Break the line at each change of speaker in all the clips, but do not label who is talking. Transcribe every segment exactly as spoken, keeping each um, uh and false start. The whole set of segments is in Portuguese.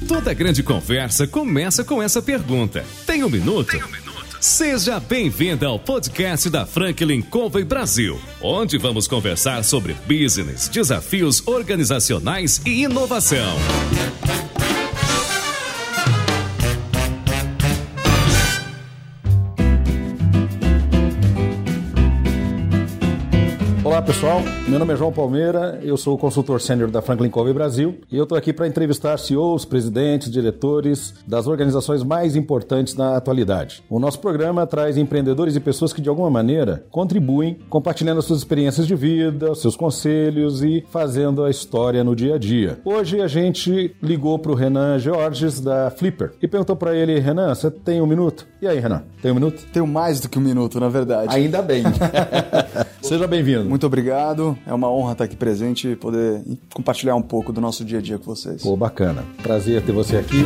Toda grande conversa começa com essa pergunta. Tem um minuto? Tem um minuto? Seja bem-vinda ao podcast da Franklin Covey Brasil, onde vamos conversar sobre business, desafios organizacionais e inovação.
Olá pessoal, meu nome é João Palmeira, eu sou o consultor sênior da Franklin Covey Brasil e eu estou aqui para entrevistar C E Os, presidentes, diretores das organizações mais importantes na atualidade. O nosso programa traz empreendedores e pessoas que de alguma maneira contribuem, compartilhando as suas experiências de vida, seus conselhos e fazendo a história no dia a dia. Hoje a gente ligou para o Renan Georges da Flipper e perguntou para ele: Renan, você tem um minuto? E aí, Renan, tem um minuto?
Tenho mais do que um minuto, na verdade.
Ainda bem. Seja bem-vindo.
Muito obrigado, é uma honra estar aqui presente e poder compartilhar um pouco do nosso dia a dia com vocês.
Pô, bacana. Prazer ter você aqui.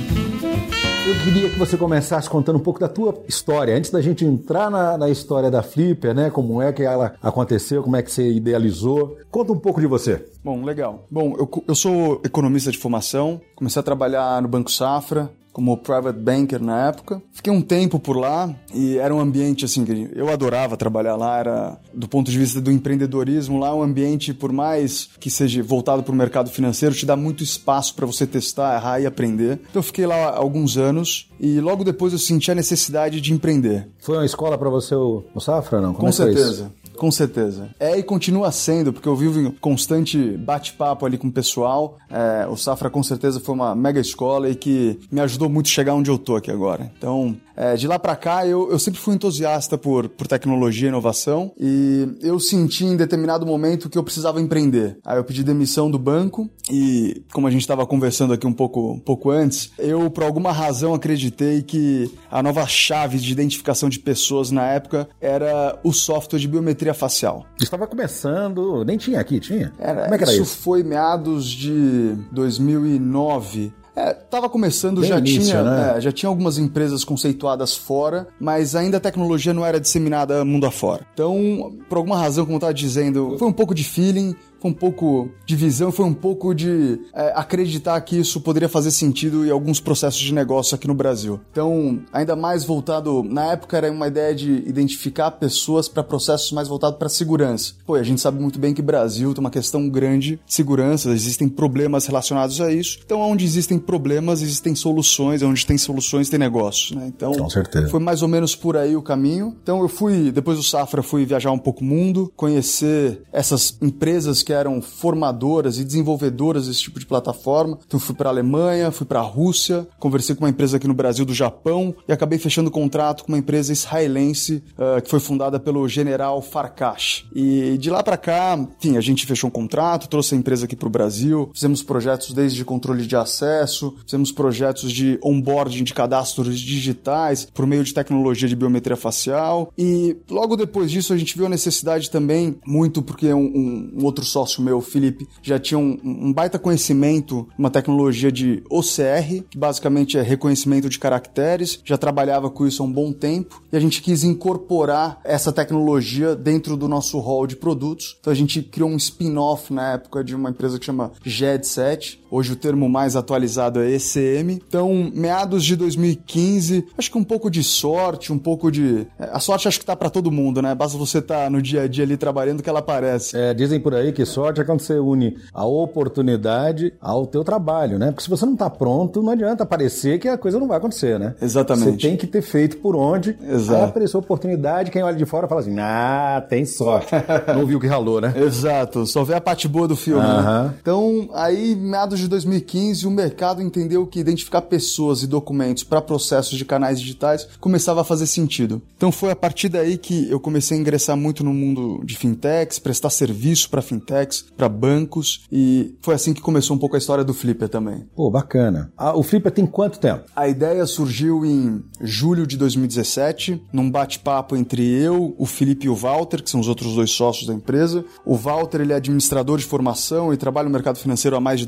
Eu queria que você começasse contando um pouco da tua história, antes da gente entrar na, na história da Flipper, né? Como é que ela aconteceu, como é que você idealizou. Conta um pouco de você.
Bom, legal. Bom, eu, eu sou economista de formação, comecei a trabalhar no Banco Safra, como private banker na época. Fiquei um tempo por lá e era um ambiente assim que eu adorava trabalhar lá, era do ponto de vista do empreendedorismo lá, um ambiente, por mais que seja voltado para o mercado financeiro, te dá muito espaço para você testar, errar e aprender. Então eu fiquei lá alguns anos e logo depois eu senti a necessidade de empreender.
Foi uma escola para você o, o Safra, não? Como
Com
é
certeza. Com certeza. É e continua sendo, porque eu vivo em constante bate-papo ali com o pessoal. É, o Safra com certeza foi uma mega escola e que me ajudou muito a chegar onde eu tô aqui agora. Então, é, de lá pra cá, eu, eu sempre fui entusiasta por, por tecnologia e inovação e eu senti em determinado momento que eu precisava empreender. Aí eu pedi demissão do banco e, como a gente estava conversando aqui um pouco, um pouco antes, eu, por alguma razão, acreditei que a nova chave de identificação de pessoas na época era o software de biometria facial.
Estava começando, nem tinha aqui, tinha?
Era,
Como é que era
isso?
Isso
foi meados de dois mil e nove. É, tava começando,
Bem
já
início,
tinha,
né?
é, já tinha algumas empresas conceituadas fora, mas ainda a tecnologia não era disseminada mundo afora. Então, por alguma razão, como eu tava dizendo, foi um pouco de feeling, foi um pouco de visão, foi um pouco de é, acreditar que isso poderia fazer sentido em alguns processos de negócio aqui no Brasil. Então, ainda mais voltado, na época era uma ideia de identificar pessoas para processos mais voltados para segurança. Pô, a gente sabe muito bem que o Brasil tem uma questão grande de segurança, existem problemas relacionados a isso. Então, onde existem problemas, existem soluções, onde tem soluções, tem negócios, né? Então,
com certeza.
Foi mais ou menos por aí o caminho. Então, eu fui, depois do Safra, fui viajar um pouco o mundo, conhecer essas empresas que que eram formadoras e desenvolvedoras desse tipo de plataforma. Então fui para a Alemanha, fui para a Rússia, conversei com uma empresa aqui no Brasil do Japão e acabei fechando contrato com uma empresa israelense uh, que foi fundada pelo general Farkash. E de lá para cá, enfim, a gente fechou um contrato, trouxe a empresa aqui para o Brasil, fizemos projetos desde controle de acesso, fizemos projetos de onboarding de cadastros digitais por meio de tecnologia de biometria facial e logo depois disso a gente viu a necessidade também, muito porque um, um, um outro sócio meu, o Felipe, já tinha um, um baita conhecimento, uma tecnologia de O C R, que basicamente é reconhecimento de caracteres, já trabalhava com isso há um bom tempo, e a gente quis incorporar essa tecnologia dentro do nosso hall de produtos. Então a gente criou um spin-off na época de uma empresa que chama G E D sete, hoje o termo mais atualizado é E C M. Então, meados de dois mil e quinze, acho que um pouco de sorte, um pouco de... A sorte acho que tá pra todo mundo, né? Basta você estar tá no dia a dia ali trabalhando que ela aparece.
É, dizem por aí que sorte é quando você une a oportunidade ao teu trabalho, né? Porque se você não tá pronto, não adianta parecer que a coisa não vai acontecer, né?
Exatamente.
Você tem que ter feito por onde.
Exato.
Aí apareceu a oportunidade, quem olha de fora fala assim, ah, tem sorte. Não viu que ralou, né?
Exato, só vê a parte boa do filme.
Uh-huh.
Né? Então, aí, meados de dois mil e quinze, o mercado entendeu que identificar pessoas e documentos para processos de canais digitais começava a fazer sentido. Então, foi a partir daí que eu comecei a ingressar muito no mundo de fintechs, prestar serviço para fintechs, para bancos, e foi assim que começou um pouco a história do Flipper também.
Pô, bacana. Ah, o Flipper tem quanto tempo?
A ideia surgiu em julho de dois mil e dezessete, num bate-papo entre eu, o Felipe e o Walter, que são os outros dois sócios da empresa. O Walter, ele é administrador de formação e trabalha no mercado financeiro há mais de dez anos.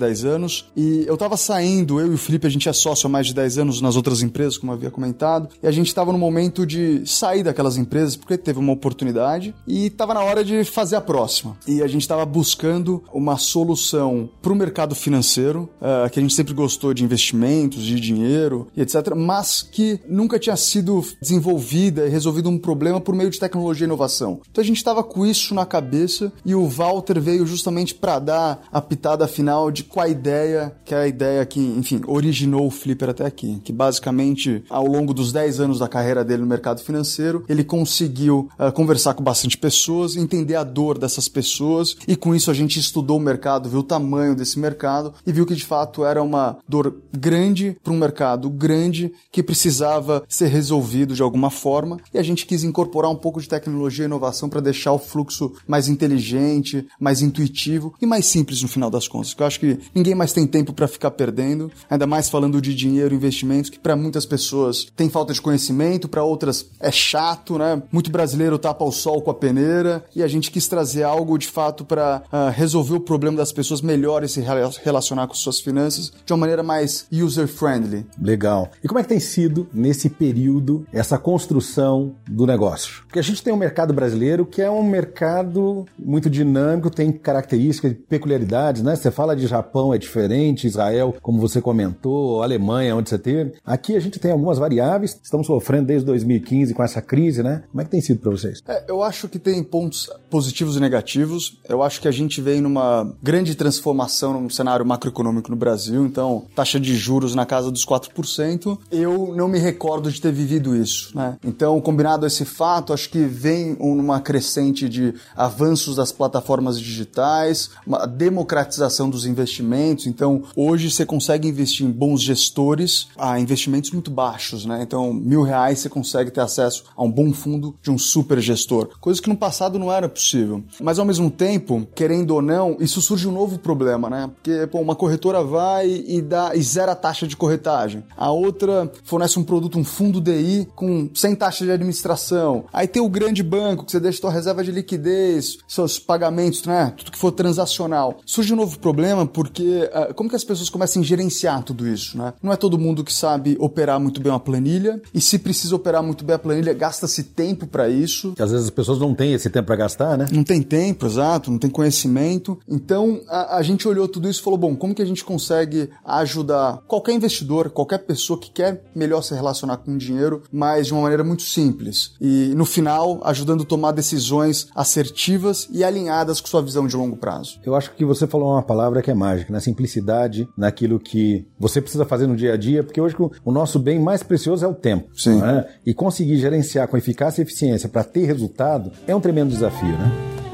anos, e eu tava saindo, eu e o Felipe, a gente é sócio há mais de dez anos nas outras empresas, como eu havia comentado, e a gente tava no momento de sair daquelas empresas, porque teve uma oportunidade, e tava na hora de fazer a próxima. E a gente tava buscando uma solução pro mercado financeiro, uh, que a gente sempre gostou de investimentos, de dinheiro, e etcétera, mas que nunca tinha sido desenvolvida e resolvido um problema por meio de tecnologia e inovação. Então a gente estava com isso na cabeça e o Walter veio justamente para dar a pitada final de qual a ideia, que é a ideia que, enfim, originou o Flipper até aqui, que basicamente ao longo dos dez anos da carreira dele no mercado financeiro, ele conseguiu uh, conversar com bastante pessoas, entender a dor dessas pessoas e com isso a gente estudou o mercado, viu o tamanho desse mercado e viu que de fato era uma dor grande para um mercado grande que precisava ser resolvido de alguma forma e a gente quis incorporar um pouco de tecnologia e inovação para deixar o fluxo mais inteligente, mais intuitivo e mais simples no final das contas. Eu acho que ninguém mais tem tempo para ficar perdendo, ainda mais falando de dinheiro e investimentos, que para muitas pessoas tem falta de conhecimento, para outras é chato, né? Muito brasileiro tapa o sol com a peneira e a gente quis trazer algo de fato para uh, resolver o problema das pessoas melhor e se relacionar com suas finanças de uma maneira mais user-friendly.
Legal. E como é que tem sido, nesse período, essa construção do negócio? Porque a gente tem um mercado brasileiro que é um mercado muito dinâmico, tem características, peculiaridades, né? Você fala de Japão, é diferente, Israel, como você comentou, Alemanha, onde você teve. Aqui a gente tem algumas variáveis, estamos sofrendo desde dois mil e quinze com essa crise, né? Como é que tem sido para vocês?
É, eu acho que tem pontos positivos e negativos. Eu acho que a gente vem numa grande transformação no cenário macroeconômico no Brasil, então taxa de juros na casa dos quatro por cento. Eu não me recordo de ter vivido isso, né? Então, combinado a esse fato, acho que vem uma crescente de avanços das plataformas digitais, uma democratização dos investimentos. Então, hoje você consegue investir em bons gestores a investimentos muito baixos, né? Então, mil reais você consegue ter acesso a um bom fundo de um super gestor, coisa que no passado não era possível. Mas, ao mesmo tempo, querendo ou não, isso surge um novo problema, né? Porque, pô, uma corretora vai e, dá, e zera a taxa de corretagem. A outra fornece um produto, um fundo D I com sem taxa de administração. Aí tem o grande banco que você deixa sua reserva de liquidez, seus pagamentos, né? Tudo que for transacional. Surge um novo problema porque uh, como que as pessoas começam a gerenciar tudo isso, né? Não é todo mundo que sabe operar muito bem uma planilha e se precisa operar muito bem a planilha, gasta-se tempo para isso.
Às vezes as pessoas não têm esse tempo para gastar, né?
Não tem tempo, exato, não tem conhecimento. Então a, a gente olhou tudo isso e falou, bom, como que a gente consegue ajudar qualquer investidor, qualquer pessoa que quer melhor se relacionar com o dinheiro, mas de uma maneira muito simples. E no final, ajudando a tomar decisões assertivas e alinhadas com sua visão de longo prazo.
Eu acho que você falou uma palavra que é mágica, na simplicidade, naquilo que você precisa fazer no dia a dia, porque hoje o nosso bem mais precioso é o tempo.
Sim.
Né? E conseguir gerenciar com eficácia e eficiência para ter resultado é um tremendo desafio, né?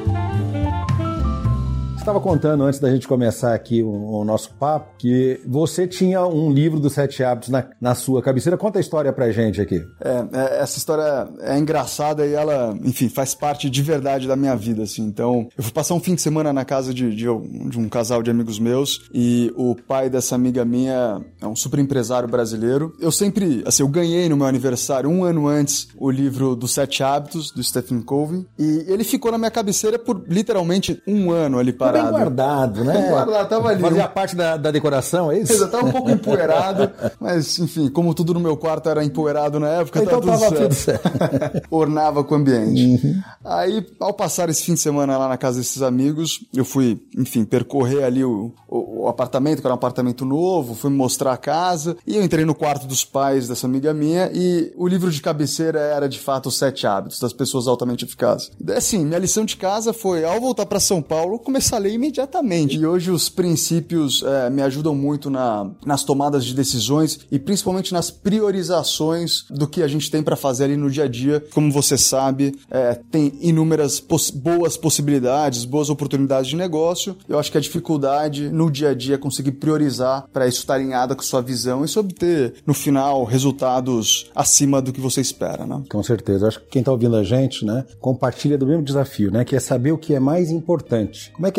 Estava contando antes da gente começar aqui o, o nosso papo que você tinha um livro dos Sete Hábitos na, na sua cabeceira. Conta a história pra gente aqui.
É, é, essa história é engraçada e ela, enfim, faz parte de verdade da minha vida, assim. Então, eu fui passar um fim de semana na casa de, de, de um casal de amigos meus e o pai dessa amiga minha é um super empresário brasileiro. Eu sempre, assim, eu ganhei no meu aniversário, um ano antes, o livro dos Sete Hábitos, do Stephen Covey, e ele ficou na minha cabeceira por literalmente um ano ali parado.
Bem guardado, né?
Bem guardado, tava ali.
Fazia parte da, da decoração, é isso?
Exato, tava um pouco empoeirado, mas enfim, como tudo no meu quarto era empoeirado na época,
então
tava,
tava
tudo, certo.
tudo certo.
Ornava com o ambiente.
Uhum.
Aí, ao passar esse fim de semana lá na casa desses amigos, eu fui, enfim, percorrer ali o, o, o apartamento, que era um apartamento novo, fui mostrar a casa, e eu entrei no quarto dos pais dessa amiga minha, e o livro de cabeceira era, de fato, Os Sete Hábitos das Pessoas Altamente Eficazes. E, assim, minha lição de casa foi, ao voltar para São Paulo, começar a ler imediatamente. E hoje os princípios é, me ajudam muito na, nas tomadas de decisões e principalmente nas priorizações do que a gente tem para fazer ali no dia a dia. Como você sabe, é, tem inúmeras poss- boas possibilidades, boas oportunidades de negócio. Eu acho que a dificuldade no dia a dia é conseguir priorizar para isso estar alinhada com sua visão e isso obter, no final, resultados acima do que você espera, né?
Com certeza. Eu acho que quem está ouvindo a gente, né, compartilha do mesmo desafio, né, que é saber o que é mais importante. Como é que a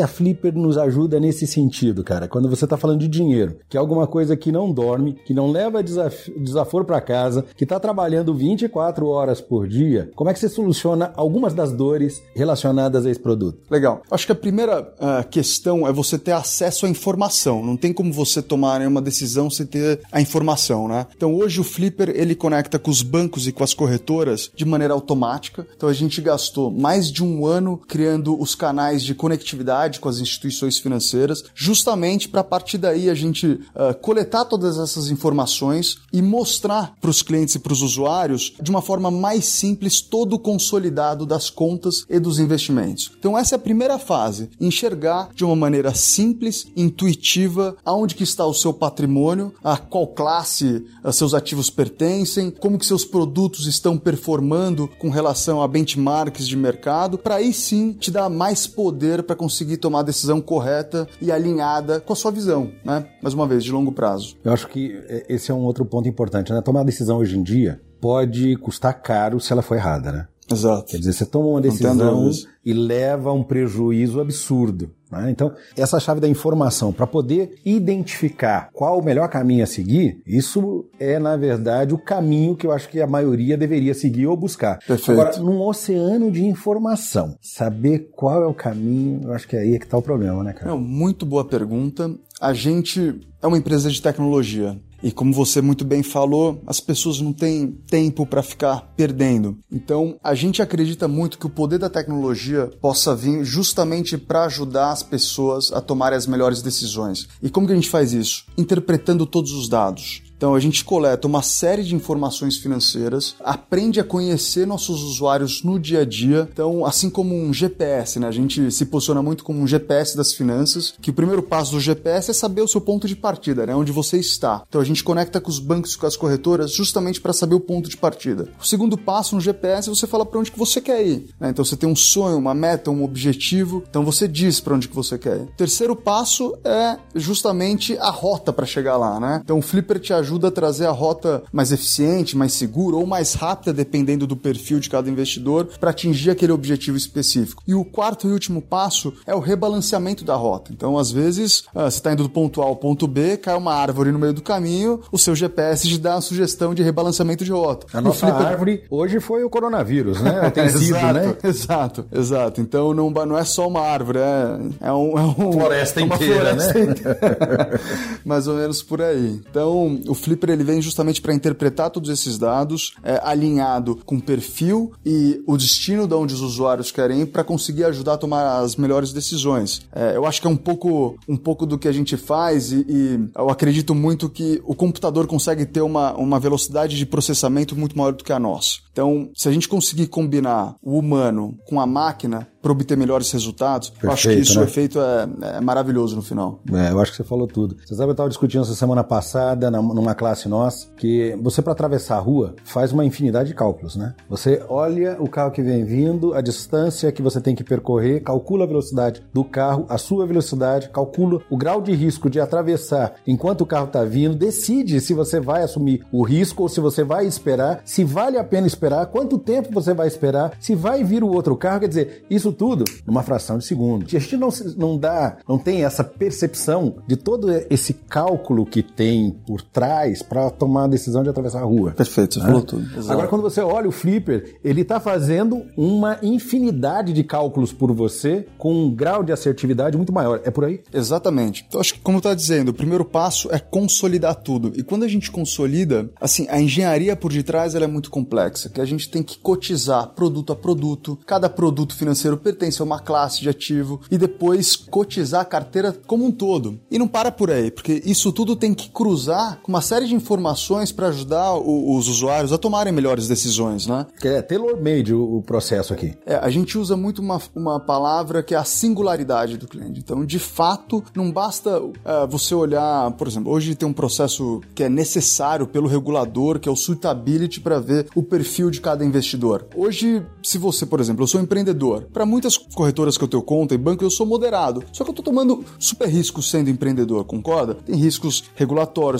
Flipper nos ajuda nesse sentido, cara? Quando você tá falando de dinheiro, que é alguma coisa que não dorme, que não leva desaf- desaforo para casa, que tá trabalhando vinte e quatro horas por dia, como é que você soluciona algumas das dores relacionadas a esse produto?
Legal. Acho que a primeira uh, questão é você ter acesso à informação. Não tem como você tomar nenhuma decisão sem ter a informação, né? Então hoje o Flipper, ele conecta com os bancos e com as corretoras de maneira automática. Então a gente gastou mais de um ano criando os canais de conectividade com as instituições financeiras, justamente para a partir daí a gente uh, coletar todas essas informações e mostrar para os clientes e para os usuários de uma forma mais simples todo o consolidado das contas e dos investimentos. Então essa é a primeira fase, enxergar de uma maneira simples, intuitiva, aonde que está o seu patrimônio, a qual classe a seus ativos pertencem, como que seus produtos estão performando com relação a benchmarks de mercado, para aí sim te dar mais poder para conseguir tomar a decisão correta e alinhada com a sua visão, né? Mais uma vez, de longo prazo.
Eu acho que esse é um outro ponto importante, né? Tomar a decisão hoje em dia pode custar caro se ela for errada, né?
Exato.
Quer dizer, você toma uma decisão e leva a um prejuízo absurdo, né? Então, essa chave da informação, para poder identificar qual o melhor caminho a seguir, isso é, na verdade, o caminho que eu acho que a maioria deveria seguir ou buscar.
Perfeito.
Agora, num oceano de informação, saber qual é o caminho, eu acho que é aí que está o problema, né, cara?
É, muito boa pergunta. A gente é uma empresa de tecnologia. E como você muito bem falou, as pessoas não têm tempo para ficar perdendo. Então, a gente acredita muito que o poder da tecnologia possa vir justamente para ajudar as pessoas a tomarem as melhores decisões. E como que a gente faz isso? Interpretando todos os dados. Então, a gente coleta uma série de informações financeiras, aprende a conhecer nossos usuários no dia a dia. Então, assim como um G P S, né? A gente se posiciona muito como um G P S das finanças, que o primeiro passo do G P S é saber o seu ponto de partida, né? Onde você está. Então, a gente conecta com os bancos e com as corretoras justamente para saber o ponto de partida. O segundo passo no G P S, você fala para onde que você quer ir, né? Então, você tem um sonho, uma meta, um objetivo. Então, você diz para onde que você quer ir. O terceiro passo é justamente a rota para chegar lá, né? Então, o Flipper te ajuda ajuda a trazer a rota mais eficiente, mais segura ou mais rápida, dependendo do perfil de cada investidor, para atingir aquele objetivo específico. E o quarto e último passo é o rebalanceamento da rota. Então, às vezes, você está indo do ponto A ao ponto B, cai uma árvore no meio do caminho, o seu G P S te dá uma sugestão de rebalanceamento de rota.
A nossa Flipper... árvore hoje foi o coronavírus, né? Tem sido,
exato,
né?
Exato, exato. Então, não, não é só uma árvore, é, é, um, é um,
floresta
é uma
inteira,
floresta
né?
inteira. Mais ou menos por aí. Então, o Flipper ele vem justamente para interpretar todos esses dados, é, alinhado com o perfil e o destino de onde os usuários querem ir para conseguir ajudar a tomar as melhores decisões. É, eu acho que é um pouco, um pouco do que a gente faz e, e eu acredito muito que o computador consegue ter uma, uma velocidade de processamento muito maior do que a nossa. Então, se a gente conseguir combinar o humano com a máquina para obter melhores resultados, Perfeito, eu acho que isso, né? O efeito é, é maravilhoso no final.
É, eu acho que você falou tudo. Você sabe, eu estava discutindo essa semana passada, na, numa classe nossa, que você, para atravessar a rua, faz uma infinidade de cálculos, né? Você olha o carro que vem vindo, a distância que você tem que percorrer, calcula a velocidade do carro, a sua velocidade, calcula o grau de risco de atravessar enquanto o carro está vindo, decide se você vai assumir o risco ou se você vai esperar, se vale a pena esperar, quanto tempo você vai esperar, se vai vir o outro carro, quer dizer, isso tudo numa fração de segundo. A gente não, não dá, não tem essa percepção de todo esse cálculo que tem por trás para tomar a decisão de atravessar a rua.
Perfeito, você
né?
falou tudo. Exato.
Agora, quando você olha o Flipper, ele está fazendo uma infinidade de cálculos por você com um grau de assertividade muito maior. É por aí?
Exatamente. Então, acho que, como está dizendo, o primeiro passo é consolidar tudo. E quando a gente consolida, assim, a engenharia por detrás ela é muito complexa, que a gente tem que cotizar produto a produto, cada produto financeiro pertence a uma classe de ativo e depois cotizar a carteira como um todo. E não para por aí, porque isso tudo tem que cruzar com uma série de informações para ajudar o, os usuários a tomarem melhores decisões, né?
É tailor-made o, o processo aqui.
É, a gente usa muito uma, uma palavra que é a singularidade do cliente. Então, de fato, não basta uh, você olhar, por exemplo, hoje tem um processo que é necessário pelo regulador, que é o suitability, para ver o perfil de cada investidor. Hoje, se você, por exemplo, eu sou empreendedor, para muitas corretoras que eu tenho conta e banco, eu sou moderado. Só que eu estou tomando super riscos sendo empreendedor, concorda? Tem riscos regulatórios, tem riscos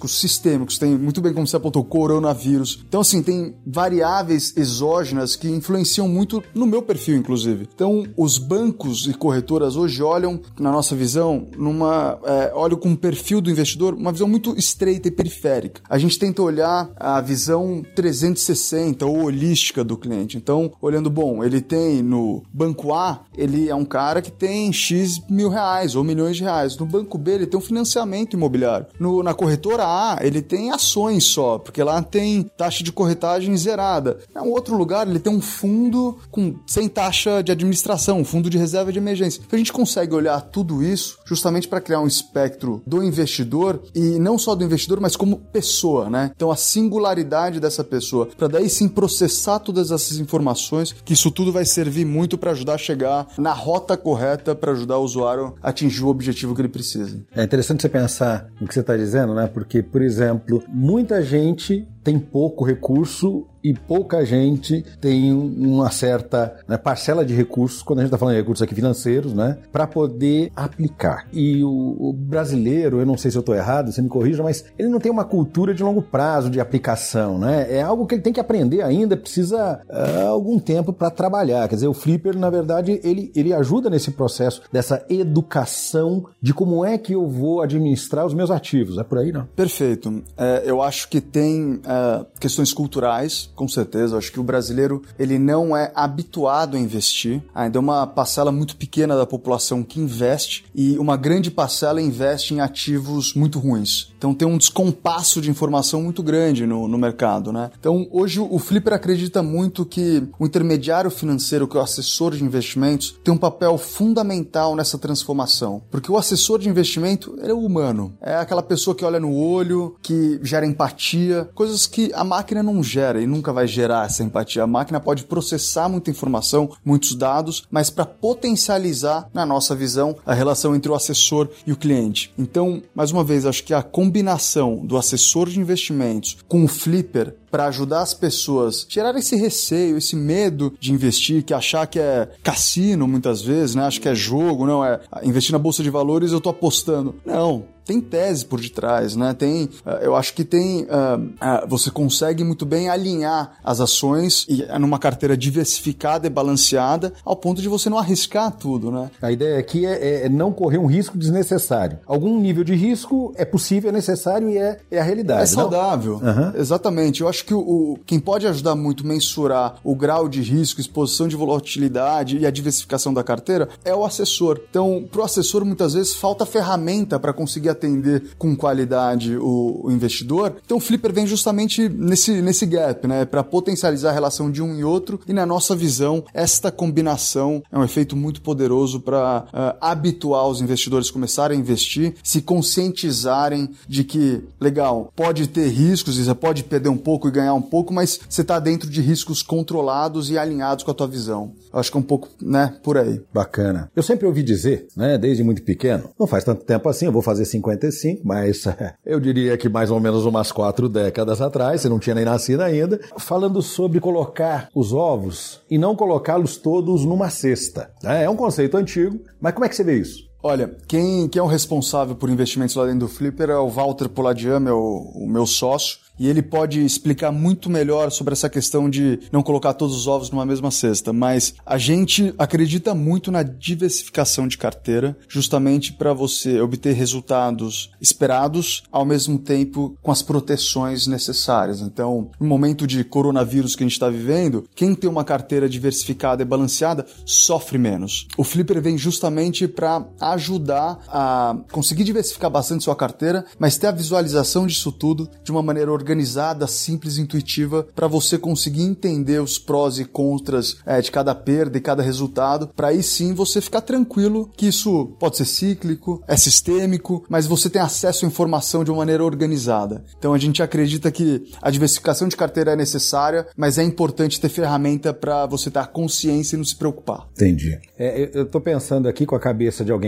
físicos, sistêmicos, tem muito bem como você apontou, coronavírus. Então, assim, tem variáveis exógenas que influenciam muito no meu perfil, inclusive. Então, os bancos e corretoras hoje olham, na nossa visão, numa, é, olham com o perfil do investidor, uma visão muito estreita e periférica. A gente tenta olhar a visão trezentos e sessenta ou holística do cliente. Então, olhando, bom, ele tem no banco A, ele é um cara que tem X mil reais ou milhões de reais. No banco B, ele tem um financiamento imobiliário. No, na corretora A, ele tem ações só, porque lá tem taxa de corretagem zerada. Em um outro lugar, ele tem um fundo com, sem taxa de administração, um fundo de reserva de emergência. Então, a gente consegue olhar tudo isso justamente para criar um espectro do investidor, e não só do investidor, mas como pessoa, né? Então, a singularidade dessa pessoa, para daí sim processar todas essas informações, que isso tudo vai servir muito para ajudar a chegar na rota correta para ajudar o usuário a atingir o objetivo que ele precisa.
É interessante você pensar no que você está dizendo, né? Porque, por exemplo, muita gente tem pouco recurso e pouca gente tem uma certa, né, parcela de recursos, quando a gente está falando de recursos aqui financeiros, né, para poder aplicar. E o, o brasileiro, eu não sei se eu estou errado, você me corrija, mas ele não tem uma cultura de longo prazo de aplicação, né? É algo que ele tem que aprender ainda, precisa uh, algum tempo para trabalhar. Quer dizer, o Flipper, na verdade, ele, ele ajuda nesse processo dessa educação de como é que eu vou administrar os meus ativos. É por aí, não?
Perfeito. É, eu acho que tem é, questões culturais, com certeza. Eu acho que o brasileiro, ele não é habituado a investir. Ainda é uma parcela muito pequena da população que investe, e uma grande parcela investe em ativos muito ruins. Então tem um descompasso de informação muito grande no, no mercado, né? Então hoje o Flipper acredita muito que o intermediário financeiro, que é o assessor de investimentos, tem um papel fundamental nessa transformação. Porque o assessor de investimento, ele é humano. É aquela pessoa que olha no olho, que gera empatia, coisas que a máquina não gera e nunca vai gerar essa empatia. A máquina pode processar muita informação, muitos dados, mas para potencializar, na nossa visão, a relação entre o assessor e o cliente. Então, mais uma vez, acho que a combinação do assessor de investimentos com o Flipper para ajudar as pessoas a tirar esse receio, esse medo de investir, que achar que é cassino muitas vezes, né? Acho que é jogo, não é investir na bolsa de valores, eu tô apostando. Não, tem tese por detrás, né? Tem, eu acho que tem, uh, uh, você consegue muito bem alinhar as ações e numa carteira diversificada e balanceada, ao ponto de você não arriscar tudo, né?
A ideia aqui é, é não correr um risco desnecessário. Algum nível de risco é possível, é necessário e é, é a realidade.
É saudável,
uhum.
Exatamente. Eu acho que o, o, quem pode ajudar muito a mensurar o grau de risco, exposição de volatilidade e a diversificação da carteira é o assessor. Então, para o assessor, muitas vezes, falta ferramenta para conseguir atender com qualidade o, o investidor. Então, o Flipper vem justamente nesse, nesse gap, né? Para potencializar a relação de um e outro, e na nossa visão, esta combinação é um efeito muito poderoso para uh, habituar os investidores a começarem a investir, se conscientizarem de que, legal, pode ter riscos, você pode perder um pouco e ganhar um pouco, mas você está dentro de riscos controlados e alinhados com a tua visão. Eu acho que é um pouco, né, por aí.
Bacana. Eu sempre ouvi dizer, né, desde muito pequeno, não faz tanto tempo assim, eu vou fazer cinquenta e cinco, mas eu diria que mais ou menos umas quatro décadas atrás, você não tinha nem nascido ainda, falando sobre colocar os ovos e não colocá-los todos numa cesta. É um conceito antigo, mas como é que você vê isso?
Olha, quem, quem é o responsável por investimentos lá dentro do Flipper é o Walter Poladian, meu, o meu sócio. E ele pode explicar muito melhor sobre essa questão de não colocar todos os ovos numa mesma cesta. Mas a gente acredita muito na diversificação de carteira, justamente para você obter resultados esperados, ao mesmo tempo com as proteções necessárias. Então, no momento de coronavírus que a gente está vivendo, quem tem uma carteira diversificada e balanceada sofre menos. O Flipper vem justamente para ajudar a conseguir diversificar bastante sua carteira, mas ter a visualização disso tudo de uma maneira organizada, organizada, simples e intuitiva, para você conseguir entender os prós e contras é, de cada perda e cada resultado, para aí sim você ficar tranquilo que isso pode ser cíclico, é sistêmico, mas você tem acesso à informação de uma maneira organizada. Então a gente acredita que a diversificação de carteira é necessária, mas é importante ter ferramenta para você ter a consciência e não se preocupar.
Entendi. É, eu estou pensando aqui com a cabeça de alguém que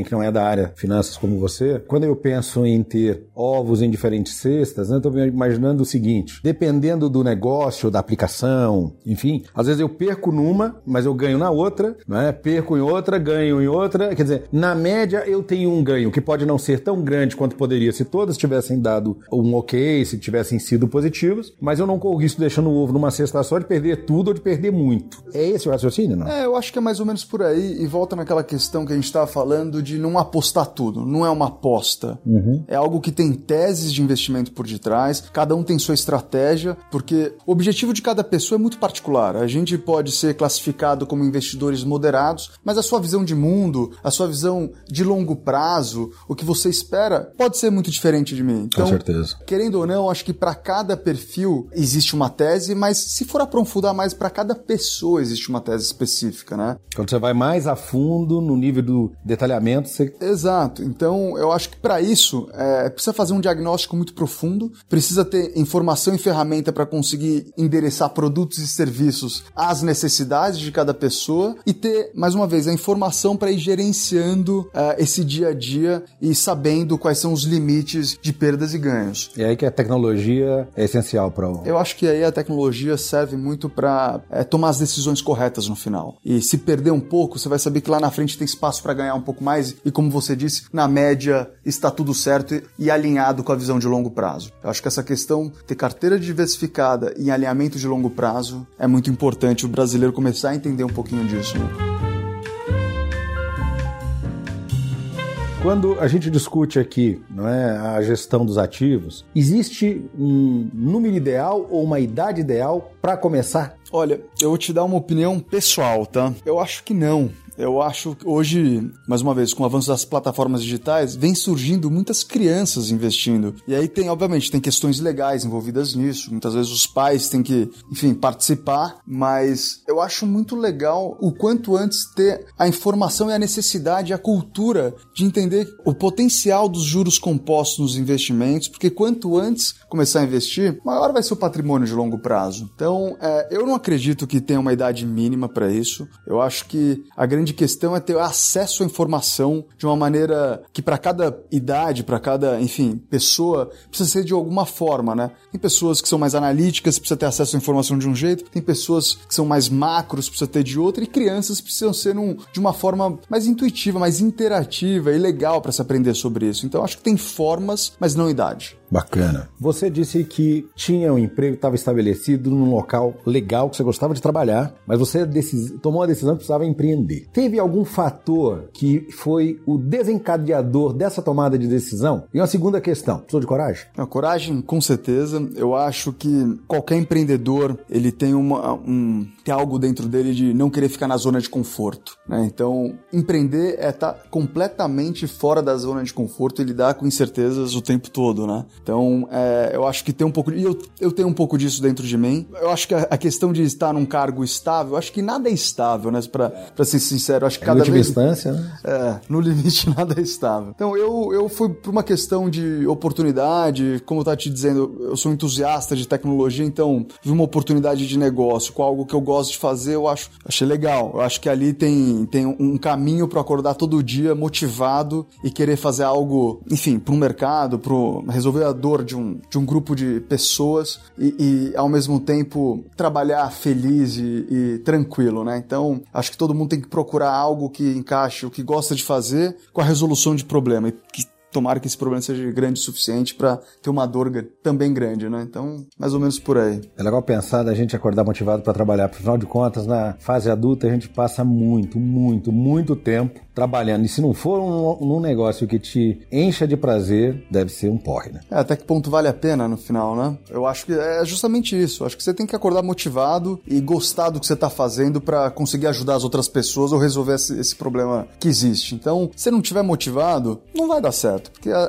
que não é da área finanças como você, quando eu penso em ter ovos em diferentes cestas, né, eu estou imaginando o seguinte, dependendo do negócio, da aplicação, enfim, às vezes eu perco numa, mas eu ganho na outra, né, perco em outra, ganho em outra, quer dizer, na média eu tenho um ganho que pode não ser tão grande quanto poderia se todas tivessem dado um ok, se tivessem sido positivos, mas eu não corro risco deixando o ovo numa cesta só de perder tudo ou de perder muito. É esse o raciocínio, não?
É, eu acho que é mais ou menos por aí, e volta naquela questão que a gente estava falando de não apostar tudo, não é uma aposta. Uhum. É algo que tem teses de investimento por detrás, cada um tem sua estratégia, porque o objetivo de cada pessoa é muito particular. A gente pode ser classificado como investidores moderados, mas a sua visão de mundo, a sua visão de longo prazo, o que você espera, pode ser muito diferente de mim. Então,
com certeza.
Querendo ou não, acho que para cada perfil existe uma tese, mas se for aprofundar mais, para cada pessoa existe uma tese específica, né?
Quando você vai mais a fundo no nível do detalhamento, você...
Exato. Então, eu acho que para isso, é, precisa fazer um diagnóstico muito profundo, precisa ter informação e ferramenta para conseguir endereçar produtos e serviços às necessidades de cada pessoa e ter, mais uma vez, a informação para ir gerenciando uh, esse dia a dia e sabendo quais são os limites de perdas e ganhos.
E aí que a tecnologia é essencial para o...
Eu acho que aí a tecnologia serve muito para é, tomar as decisões corretas no final. E se perder um pouco, você vai saber que lá na frente tem espaço para ganhar um pouco mais e, como você disse, na média está tudo certo e, e alinhado com a visão de longo prazo. Eu acho que essa questão, ter carteira diversificada em alinhamento de longo prazo, é muito importante o brasileiro começar a entender um pouquinho disso, né?
Quando a gente discute aqui, não é, a gestão dos ativos, existe um número ideal ou uma idade ideal para começar?
Olha, eu vou te dar uma opinião pessoal, tá? Eu acho que não. Eu acho que hoje, mais uma vez, com o avanço das plataformas digitais, vem surgindo muitas crianças investindo. E aí tem, obviamente, tem questões legais envolvidas nisso. Muitas vezes os pais têm que, enfim, participar. Mas eu acho muito legal o quanto antes ter a informação e a necessidade, a cultura de entender o potencial dos juros compostos nos investimentos. Porque quanto antes começar a investir, maior vai ser o patrimônio de longo prazo. Então, é, eu não acredito que tenha uma idade mínima para isso. Eu acho que a grande questão é ter acesso à informação de uma maneira que para cada idade, para cada, enfim, pessoa, precisa ser de alguma forma, né? Tem pessoas que são mais analíticas, precisa ter acesso à informação de um jeito, tem pessoas que são mais macros, precisa ter de outra, e crianças precisam ser num, de uma forma mais intuitiva, mais interativa e legal para se aprender sobre isso. Então, acho que tem formas, mas não idade.
Bacana. Você disse que tinha um emprego, estava estabelecido num local legal, que você gostava de trabalhar, mas você decis... tomou a decisão que precisava empreender. Teve algum fator que foi o desencadeador dessa tomada de decisão? E uma segunda questão, precisou de coragem?
A coragem, com certeza. Eu acho que qualquer empreendedor, ele tem, uma, um, tem algo dentro dele de não querer ficar na zona de conforto, né? Então, empreender é estar completamente fora da zona de conforto e lidar com incertezas o tempo todo, né? Então, é, eu acho que tem um pouco... E eu, eu tenho um pouco disso dentro de mim. Eu acho que a, a questão de estar num cargo estável, eu acho que nada é estável, né? Pra, pra ser sincero, eu acho que cada
última
vez...
instância, né?
É, no limite nada é estável. Então, eu, eu fui por uma questão de oportunidade, como eu tava te dizendo, eu sou entusiasta de tecnologia, então vi uma oportunidade de negócio com algo que eu gosto de fazer, eu acho, achei legal. Eu acho que ali tem, tem um caminho para acordar todo dia motivado e querer fazer algo, enfim, para um mercado, para resolver a dor de um, de um grupo de pessoas e, e, ao mesmo tempo, trabalhar feliz e, e tranquilo, né? Então, acho que todo mundo tem que procurar algo que encaixe o que gosta de fazer com a resolução de problema e que tomara que esse problema seja grande o suficiente para ter uma dor também grande, né? Então, mais ou menos por aí.
É legal pensar da gente acordar motivado para trabalhar. Afinal de contas, na fase adulta, a gente passa muito, muito, muito tempo trabalhando. E se não for um, um negócio que te encha de prazer, deve ser um porre, né?
É, até que ponto vale a pena no final, né? Eu acho que é justamente isso. Eu acho que você tem que acordar motivado e gostar do que você está fazendo para conseguir ajudar as outras pessoas ou resolver esse, esse problema que existe. Então, se você não estiver motivado, não vai dar certo. Porque a, a,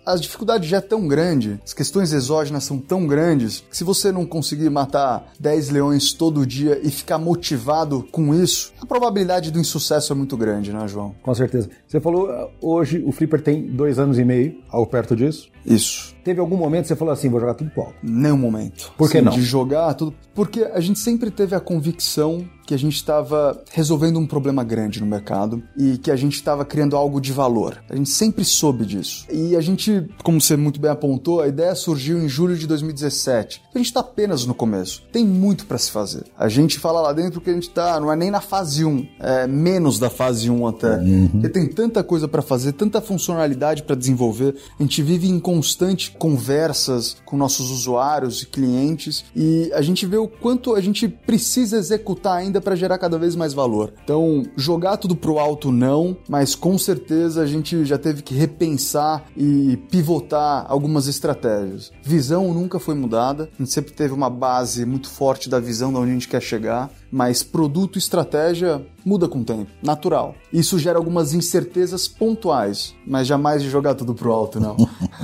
a dificuldade já é tão grande, as questões exógenas são tão grandes, que se você não conseguir matar dez leões todo dia e ficar motivado com isso, a probabilidade do insucesso é muito grande, né, João?
Com certeza. Você falou, hoje o Flipper tem dois anos e meio, algo perto disso?
Isso.
Teve algum momento que você falou assim, vou jogar tudo pro alto?
Nenhum momento.
Por que
Sim,
não?
De jogar tudo... Porque a gente sempre teve a convicção que a gente estava resolvendo um problema grande no mercado e que a gente estava criando algo de valor. A gente sempre soube disso. E a gente, como você muito bem apontou, a ideia surgiu em julho de dois mil e dezessete. A gente está apenas no começo. Tem muito para se fazer. A gente fala lá dentro que a gente está, não é nem na fase um, é menos da fase um até. Uhum. Porque tem tanta coisa para fazer, tanta funcionalidade para desenvolver. A gente vive em constante conversas com nossos usuários e clientes e a gente vê o quanto a gente precisa executar ainda para gerar cada vez mais valor. Então, jogar tudo pro alto não, mas com certeza a gente já teve que repensar e pivotar algumas estratégias. Visão nunca foi mudada, a gente sempre teve uma base muito forte da visão de onde a gente quer chegar, mas produto e estratégia muda com o tempo, natural. Isso gera algumas incertezas pontuais, mas jamais de jogar tudo pro alto, não.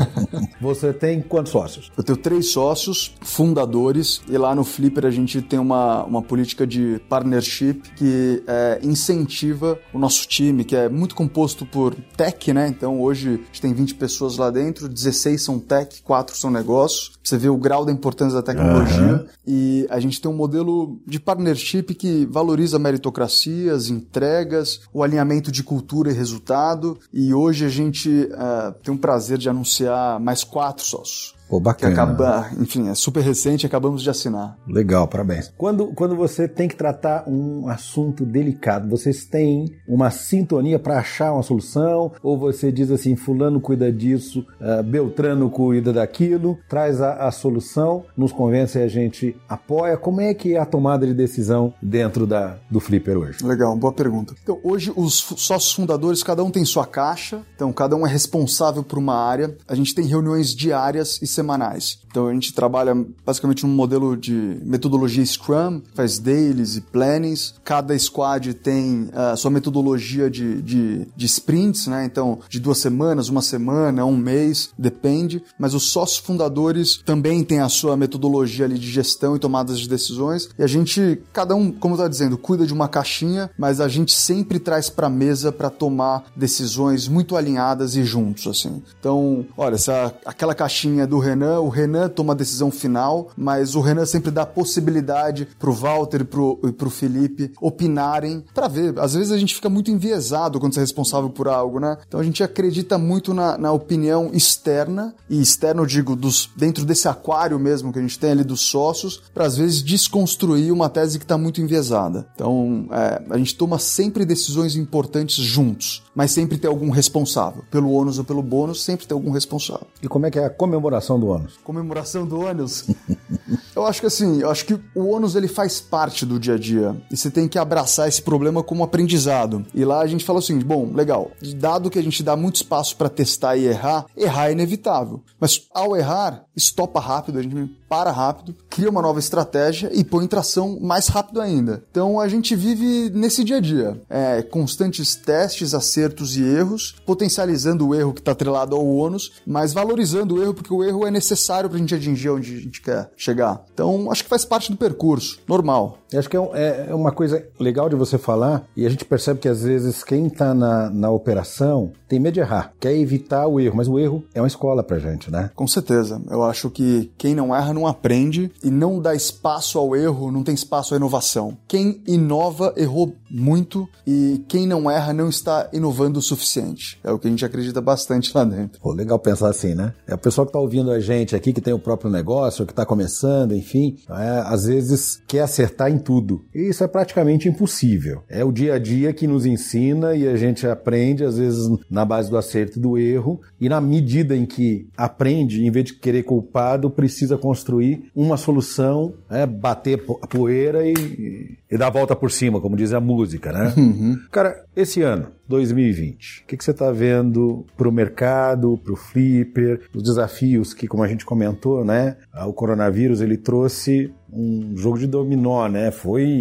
Você tem quantos sócios?
Eu tenho três sócios fundadores e lá no Flipper a gente tem uma, uma política de partnership que é, incentiva o nosso time, que é muito composto por tech, né? Então hoje a gente tem vinte pessoas lá dentro, dezesseis são tech, quatro são negócios. Você vê o grau da importância da tecnologia. Uhum. E a gente tem um modelo de partnership que valoriza a meritocracia, as entregas, o alinhamento de cultura e resultado. E hoje a gente uh, tem o prazer de anunciar mais quatro sócios.
Pô, bacana.
Que acaba, enfim, é super recente, acabamos de assinar.
Legal, parabéns. Quando, quando você tem que tratar um assunto delicado, vocês têm uma sintonia para achar uma solução? Ou você diz assim, fulano cuida disso, uh, Beltrano cuida daquilo, traz a, a solução, nos convence e a gente apoia? Como é que é a tomada de decisão dentro da, do Flipper hoje?
Legal, boa pergunta. Então, hoje os sócios fundadores, cada um tem sua caixa, então cada um é responsável por uma área. A gente tem reuniões diárias e semanais. Então a gente trabalha basicamente num modelo de metodologia Scrum, faz dailies e plannings. Cada squad tem a uh, sua metodologia de, de, de sprints, né? Então de duas semanas, uma semana, um mês, depende. Mas os sócios fundadores também têm a sua metodologia ali de gestão e tomadas de decisões. E a gente, cada um, como eu estava dizendo, cuida de uma caixinha, mas a gente sempre traz para a mesa para tomar decisões muito alinhadas e juntos, assim. Então, olha, essa, aquela caixinha do Renan, o Renan toma a decisão final, mas o Renan sempre dá a possibilidade pro Walter e pro, e pro Felipe opinarem para ver. Às vezes a gente fica muito enviesado quando você é responsável por algo, né? Então a gente acredita muito na, na opinião externa, e externa eu digo dos, dentro desse aquário mesmo que a gente tem ali dos sócios, para às vezes desconstruir uma tese que está muito enviesada. Então é, a gente toma sempre decisões importantes juntos, mas sempre tem algum responsável. Pelo ônus ou pelo bônus, sempre tem algum responsável.
E como é que é a comemoração do ônus?
Comemoração do ônus? Eu acho que assim, eu acho que o ônus ele faz parte do dia a dia e você tem que abraçar esse problema como aprendizado. E lá a gente fala assim, bom, legal, dado que a gente dá muito espaço para testar e errar, errar é inevitável. Mas ao errar, estopa rápido, a gente para rápido, cria uma nova estratégia e põe em tração mais rápido ainda. Então a gente vive nesse dia a dia, é, constantes testes, acertos e erros, potencializando o erro que está atrelado ao ônus, mas valorizando o erro porque o erro é necessário para a gente atingir onde a gente quer chegar. Então acho que faz parte do percurso, normal.
Eu acho que é uma coisa legal de você falar, e a gente percebe que às vezes quem está na, na operação tem medo de errar, quer evitar o erro, mas o erro é uma escola pra gente, né?
Com certeza. Eu acho que quem não erra não aprende, e não dá espaço ao erro, não tem espaço à inovação. Quem inova errou muito, e quem não erra não está inovando o suficiente. É o que a gente acredita bastante lá dentro.
Pô, legal pensar assim, né? É o pessoal que está ouvindo a gente aqui, que tem o próprio negócio, que está começando, enfim, é, às vezes quer acertar em tudo. E isso é praticamente impossível. É o dia a dia que nos ensina e a gente aprende, às vezes, na base do acerto e do erro, e na medida em que aprende, em vez de querer culpado, precisa construir uma solução, é, bater a poeira e, e dar a volta por cima, como diz a música, né? Uhum. Cara, esse ano, dois mil e vinte, o que, que você está vendo para o mercado, para o Flipper, os desafios que, como a gente comentou, né, o coronavírus ele trouxe um jogo de dominó, né? Foi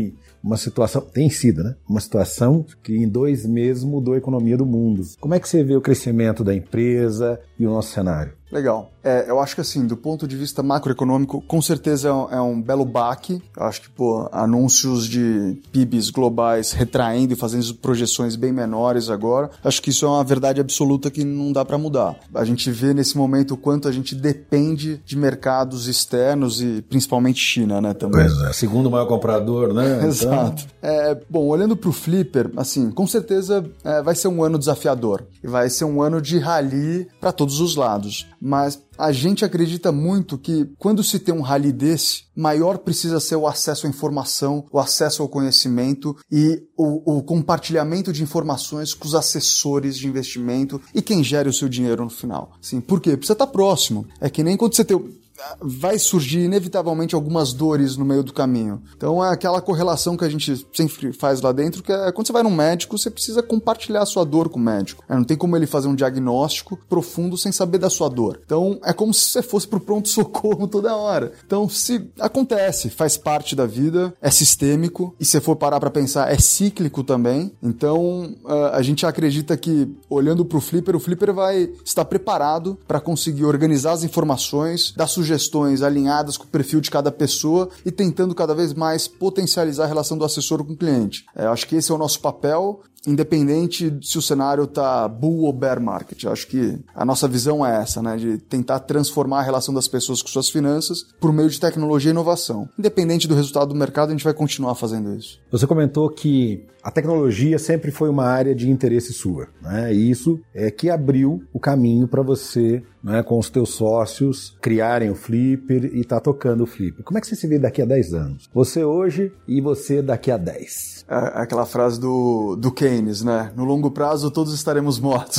uma situação, tem sido, né? Uma situação que em dois meses mudou a economia do mundo. Como é que você vê o crescimento da empresa e o nosso cenário?
Legal. É, eu acho que assim, do ponto de vista macroeconômico, com certeza é um, é um belo baque. Eu acho que, pô, anúncios de P I Bs globais retraindo e fazendo projeções bem menores agora, acho que isso é uma verdade absoluta que não dá para mudar. A gente vê nesse momento o quanto a gente depende de mercados externos e principalmente China, né, também.
Pois é, segundo maior comprador, né?
Exato.
Então...
É, bom, olhando pro Flipper, assim, com certeza é, vai ser um ano desafiador. E vai ser um ano de rally para todos os lados. Mas a gente acredita muito que quando se tem um rally desse, maior precisa ser o acesso à informação, o acesso ao conhecimento e o, o compartilhamento de informações com os assessores de investimento e quem gere o seu dinheiro no final. Sim, por quê? Precisa estar próximo. É que nem quando você tem... vai surgir inevitavelmente algumas dores no meio do caminho. Então é aquela correlação que a gente sempre faz lá dentro, que é quando você vai num médico, você precisa compartilhar a sua dor com o médico. Não tem como ele fazer um diagnóstico profundo sem saber da sua dor. Então é como se você fosse pro pronto-socorro toda hora. Então se acontece, faz parte da vida, é sistêmico, e se for parar para pensar, é cíclico também. Então a gente acredita que, olhando pro Flipper, o Flipper vai estar preparado para conseguir organizar as informações, dar sugestões sugestões alinhadas com o perfil de cada pessoa e tentando cada vez mais potencializar a relação do assessor com o cliente. É, acho que esse é o nosso papel, independente se o cenário está bull ou bear market. Acho que a nossa visão é essa, né, de tentar transformar a relação das pessoas com suas finanças por meio de tecnologia e inovação. Independente do resultado do mercado, a gente vai continuar fazendo isso.
Você comentou que a tecnologia sempre foi uma área de interesse sua, né? E isso é que abriu o caminho para você, né, com os teus sócios, criarem o Flipper e tá tocando o Flipper. Como é que você se vê daqui a dez anos? Você hoje e você daqui a dez.
É aquela frase do, do Keynes, né? No longo prazo, todos estaremos mortos.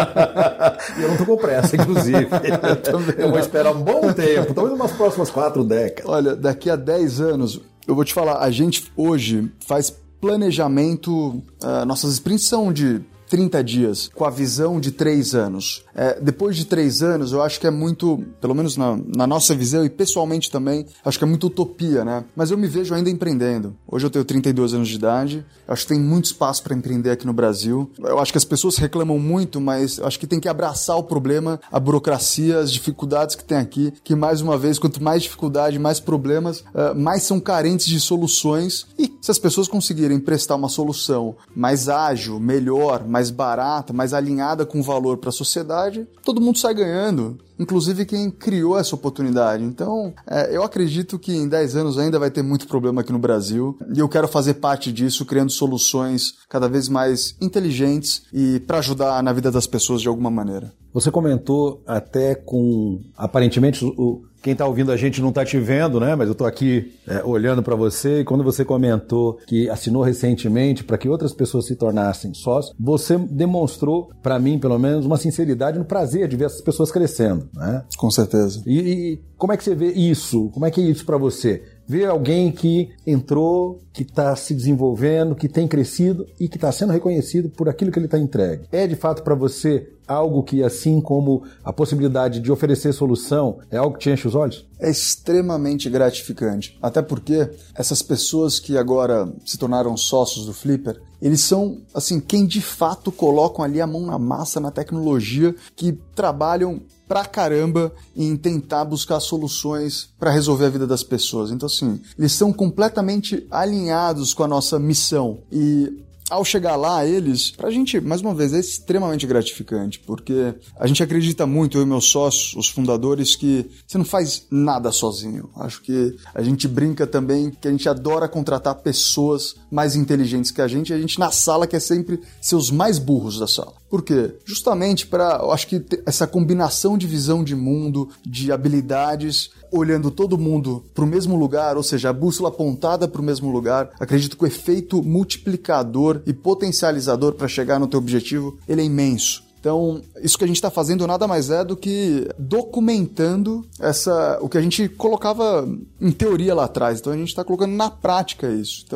E eu não tô com pressa, inclusive. Eu, também, eu vou esperar um bom tempo, talvez umas próximas quatro décadas.
Olha, daqui a dez anos, eu vou te falar, a gente hoje faz planejamento, uh, nossas sprints são de trinta dias, com a visão de três anos. É, depois de três anos, eu acho que é muito, pelo menos na, na nossa visão e pessoalmente também, acho que é muito utopia, né? Mas eu me vejo ainda empreendendo. Hoje eu tenho trinta e dois anos de idade, eu acho que tem muito espaço para empreender aqui no Brasil. Eu acho que as pessoas reclamam muito, mas eu acho que tem que abraçar o problema, a burocracia, as dificuldades que tem aqui, que mais uma vez, quanto mais dificuldade, mais problemas, uh, mais são carentes de soluções. E se as pessoas conseguirem prestar uma solução mais ágil, melhor, mais barata, mais alinhada com o valor para a sociedade, todo mundo sai ganhando, inclusive quem criou essa oportunidade. Então, é, eu acredito que em dez anos ainda vai ter muito problema aqui no Brasil e eu quero fazer parte disso, criando soluções cada vez mais inteligentes e para ajudar na vida das pessoas de alguma maneira.
Você comentou até com, aparentemente, o, quem está ouvindo a gente não está te vendo, né? Mas eu estou aqui é, olhando para você e quando você comentou que assinou recentemente para que outras pessoas se tornassem sócios, você demonstrou, para mim pelo menos, uma sinceridade no prazer de ver essas pessoas crescendo, né?
Com certeza.
E, e como é que você vê isso? Como é que é isso para você? Ver alguém que entrou, que está se desenvolvendo, que tem crescido e que está sendo reconhecido por aquilo que ele está entregue. É de fato para você algo que, assim como a possibilidade de oferecer solução, é algo que te enche os olhos?
É extremamente gratificante. Até porque essas pessoas que agora se tornaram sócios do Flipper, eles são, assim, quem de fato colocam ali a mão na massa na tecnologia, que trabalham pra caramba em tentar buscar soluções para resolver a vida das pessoas. Então, assim, eles são completamente alinhados com a nossa missão. E ao chegar lá, eles, pra gente, mais uma vez, é extremamente gratificante, porque a gente acredita muito, eu e meus sócios, os fundadores, que você não faz nada sozinho. Acho que a gente brinca também que a gente adora contratar pessoas mais inteligentes que a gente, e a gente na sala quer sempre ser os mais burros da sala. Por quê? Justamente para, eu acho que essa combinação de visão de mundo, de habilidades, olhando todo mundo para o mesmo lugar, ou seja, a bússola apontada para o mesmo lugar, acredito que o efeito multiplicador e potencializador para chegar no teu objetivo, ele é imenso. Então, isso que a gente está fazendo nada mais é do que documentando essa, o que a gente colocava em teoria lá atrás. Então, a gente está colocando na prática isso. Então,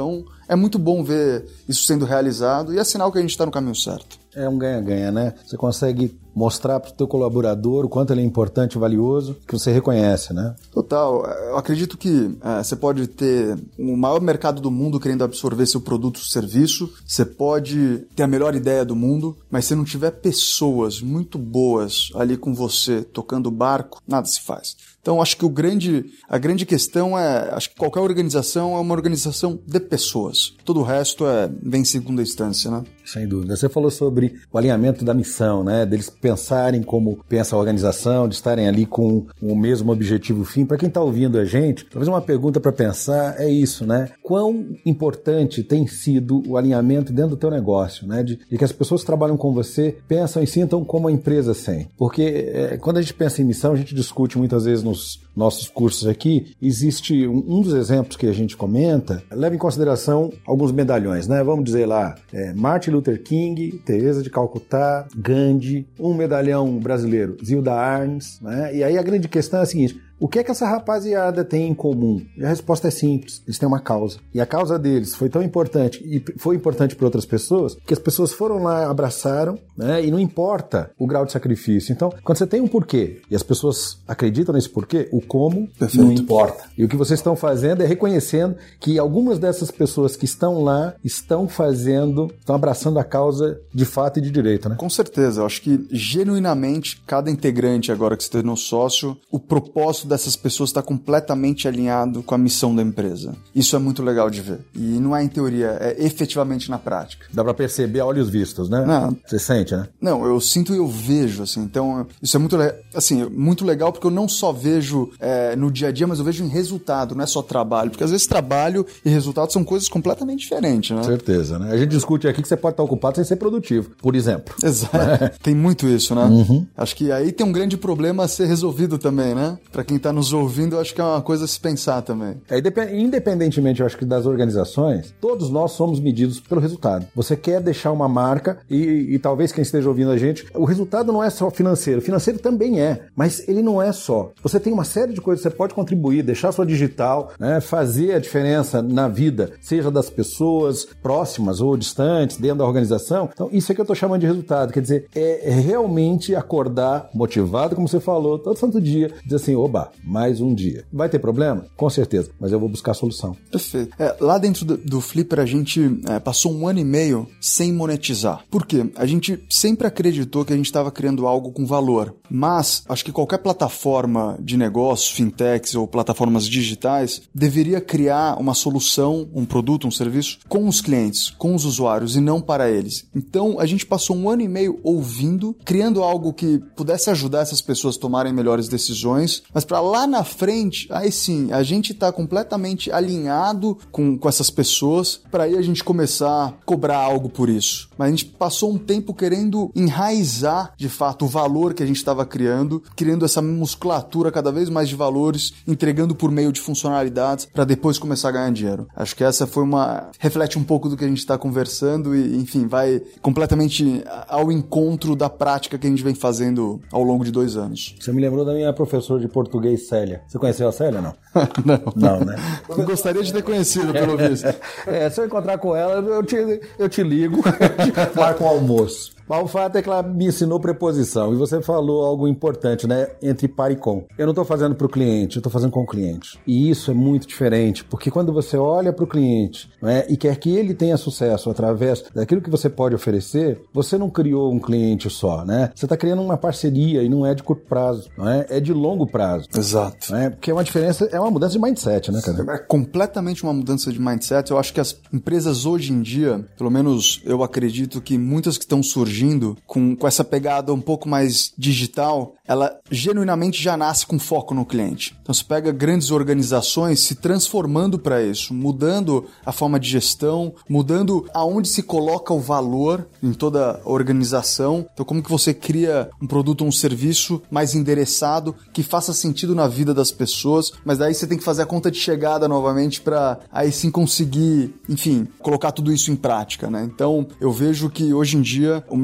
é muito bom ver isso sendo realizado e é sinal que a gente está no caminho certo.
É um ganha-ganha, né? Você consegue mostrar para o teu colaborador o quanto ele é importante e valioso, que você reconhece, né?
Total. Eu acredito que é, você pode ter o maior mercado do mundo querendo absorver seu produto ou serviço, você pode ter a melhor ideia do mundo, mas se não tiver pessoas muito boas ali com você, tocando o barco, nada se faz. Então, acho que o grande, a grande questão é, acho que qualquer organização é uma organização de pessoas. Todo o resto é, vem em segunda instância, né?
Sem dúvida. Você falou sobre o alinhamento da missão, né? Deles pensarem como pensa a organização, de estarem ali com o mesmo objetivo fim. Para quem está ouvindo a gente, talvez uma pergunta para pensar é isso, né? Quão importante tem sido o alinhamento dentro do teu negócio, né? De, de que as pessoas que trabalham com você pensam e sintam como a empresa sente. Porque é, quando a gente pensa em missão, a gente discute muitas vezes nos nossos cursos aqui, existe um, um dos exemplos que a gente comenta, leva em consideração alguns medalhões, né? Vamos dizer lá, é, Martin Luther King, Teresa de Calcutá, Gandhi, um medalhão brasileiro, Zilda Arnes, né? E aí a grande questão é a seguinte: o que é que essa rapaziada tem em comum? E a resposta é simples, eles têm uma causa. E a causa deles foi tão importante, e foi importante para outras pessoas, que as pessoas foram lá, abraçaram, né? E não importa o grau de sacrifício. Então, quando você tem um porquê, e as pessoas acreditam nesse porquê, o como Perfeito. Não importa. E o que vocês estão fazendo é reconhecendo que algumas dessas pessoas que estão lá estão fazendo, estão abraçando a causa de fato e de direito, né?
Com certeza. Eu acho que, genuinamente, cada integrante agora que se tornou sócio, o propósito dessas pessoas está completamente alinhado com a missão da empresa. Isso é muito legal de ver. E não é em teoria, é efetivamente na prática.
Dá pra perceber a olhos vistos, né?
Não.
Você sente, né?
Não, eu sinto e eu vejo, assim. Então, isso é muito, assim, muito legal porque eu não só vejo é, no dia a dia, mas eu vejo em resultado, não é só trabalho. Porque às vezes trabalho e resultado são coisas completamente diferentes, né?
Certeza, né? A gente discute aqui que você pode estar ocupado sem ser produtivo, por exemplo.
Exato. É. Tem muito isso, né? Uhum. Acho que aí tem um grande problema a ser resolvido também, né? Pra quem está nos ouvindo, eu acho que é uma coisa a se pensar também.
É, independentemente, eu acho que das organizações, todos nós somos medidos pelo resultado. Você quer deixar uma marca e, e talvez quem esteja ouvindo a gente, o resultado não é só financeiro. O financeiro também é, mas ele não é só. Você tem uma série de coisas que você pode contribuir, deixar sua digital, né, fazer a diferença na vida, seja das pessoas próximas ou distantes, dentro da organização. Então, isso é que eu estou chamando de resultado. Quer dizer, é realmente acordar motivado, como você falou, todo santo dia, dizer assim, oba, mais um dia. Vai ter problema? Com certeza, mas eu vou buscar a solução.
Perfeito. É, lá dentro do, do Flipper, a gente é, passou um ano e meio sem monetizar. Por quê? A gente sempre acreditou que a gente estava criando algo com valor, mas acho que qualquer plataforma de negócio, fintechs ou plataformas digitais, deveria criar uma solução, um produto, um serviço, com os clientes, com os usuários e não para eles. Então, a gente passou um ano e meio ouvindo, criando algo que pudesse ajudar essas pessoas a tomarem melhores decisões, mas para lá na frente, aí sim, a gente está completamente alinhado com, com essas pessoas, para aí a gente começar a cobrar algo por isso. Mas a gente passou um tempo querendo enraizar, de fato, o valor que a gente estava criando, criando essa musculatura cada vez mais de valores, entregando por meio de funcionalidades, para depois começar a ganhar dinheiro. Acho que essa foi uma... reflete um pouco do que a gente está conversando e, enfim, vai completamente ao encontro da prática que a gente vem fazendo ao longo de dois anos.
Você me lembrou da minha professora de português, Célia. Você conheceu a Célia, não?
Não.
Não, né?
Eu gostaria de ter conhecido, pelo visto.
É, se eu encontrar com ela, eu te, eu te ligo, marco um almoço. Mas o fato é que ela me ensinou preposição. E você falou algo importante, né? Entre para e com. Eu não estou fazendo para o cliente, eu estou fazendo com o cliente. E isso é muito diferente, porque quando você olha para o cliente, né, e quer que ele tenha sucesso através daquilo que você pode oferecer, você não criou um cliente só, né? Você está criando uma parceria e não é de curto prazo, não é? É de longo prazo.
Exato.
Né? Porque é uma diferença, é uma mudança de mindset, né, cara?
É completamente uma mudança de mindset. Eu acho que as empresas hoje em dia, pelo menos eu acredito que muitas que estão surgindo com, com essa pegada um pouco mais digital, ela genuinamente já nasce com foco no cliente. Então você pega grandes organizações se transformando para isso, mudando a forma de gestão, mudando aonde se coloca o valor em toda a organização. Então como que você cria um produto ou um serviço mais endereçado, que faça sentido na vida das pessoas, mas daí você tem que fazer a conta de chegada novamente para aí sim conseguir, enfim, colocar tudo isso em prática, né? Então eu vejo que hoje em dia o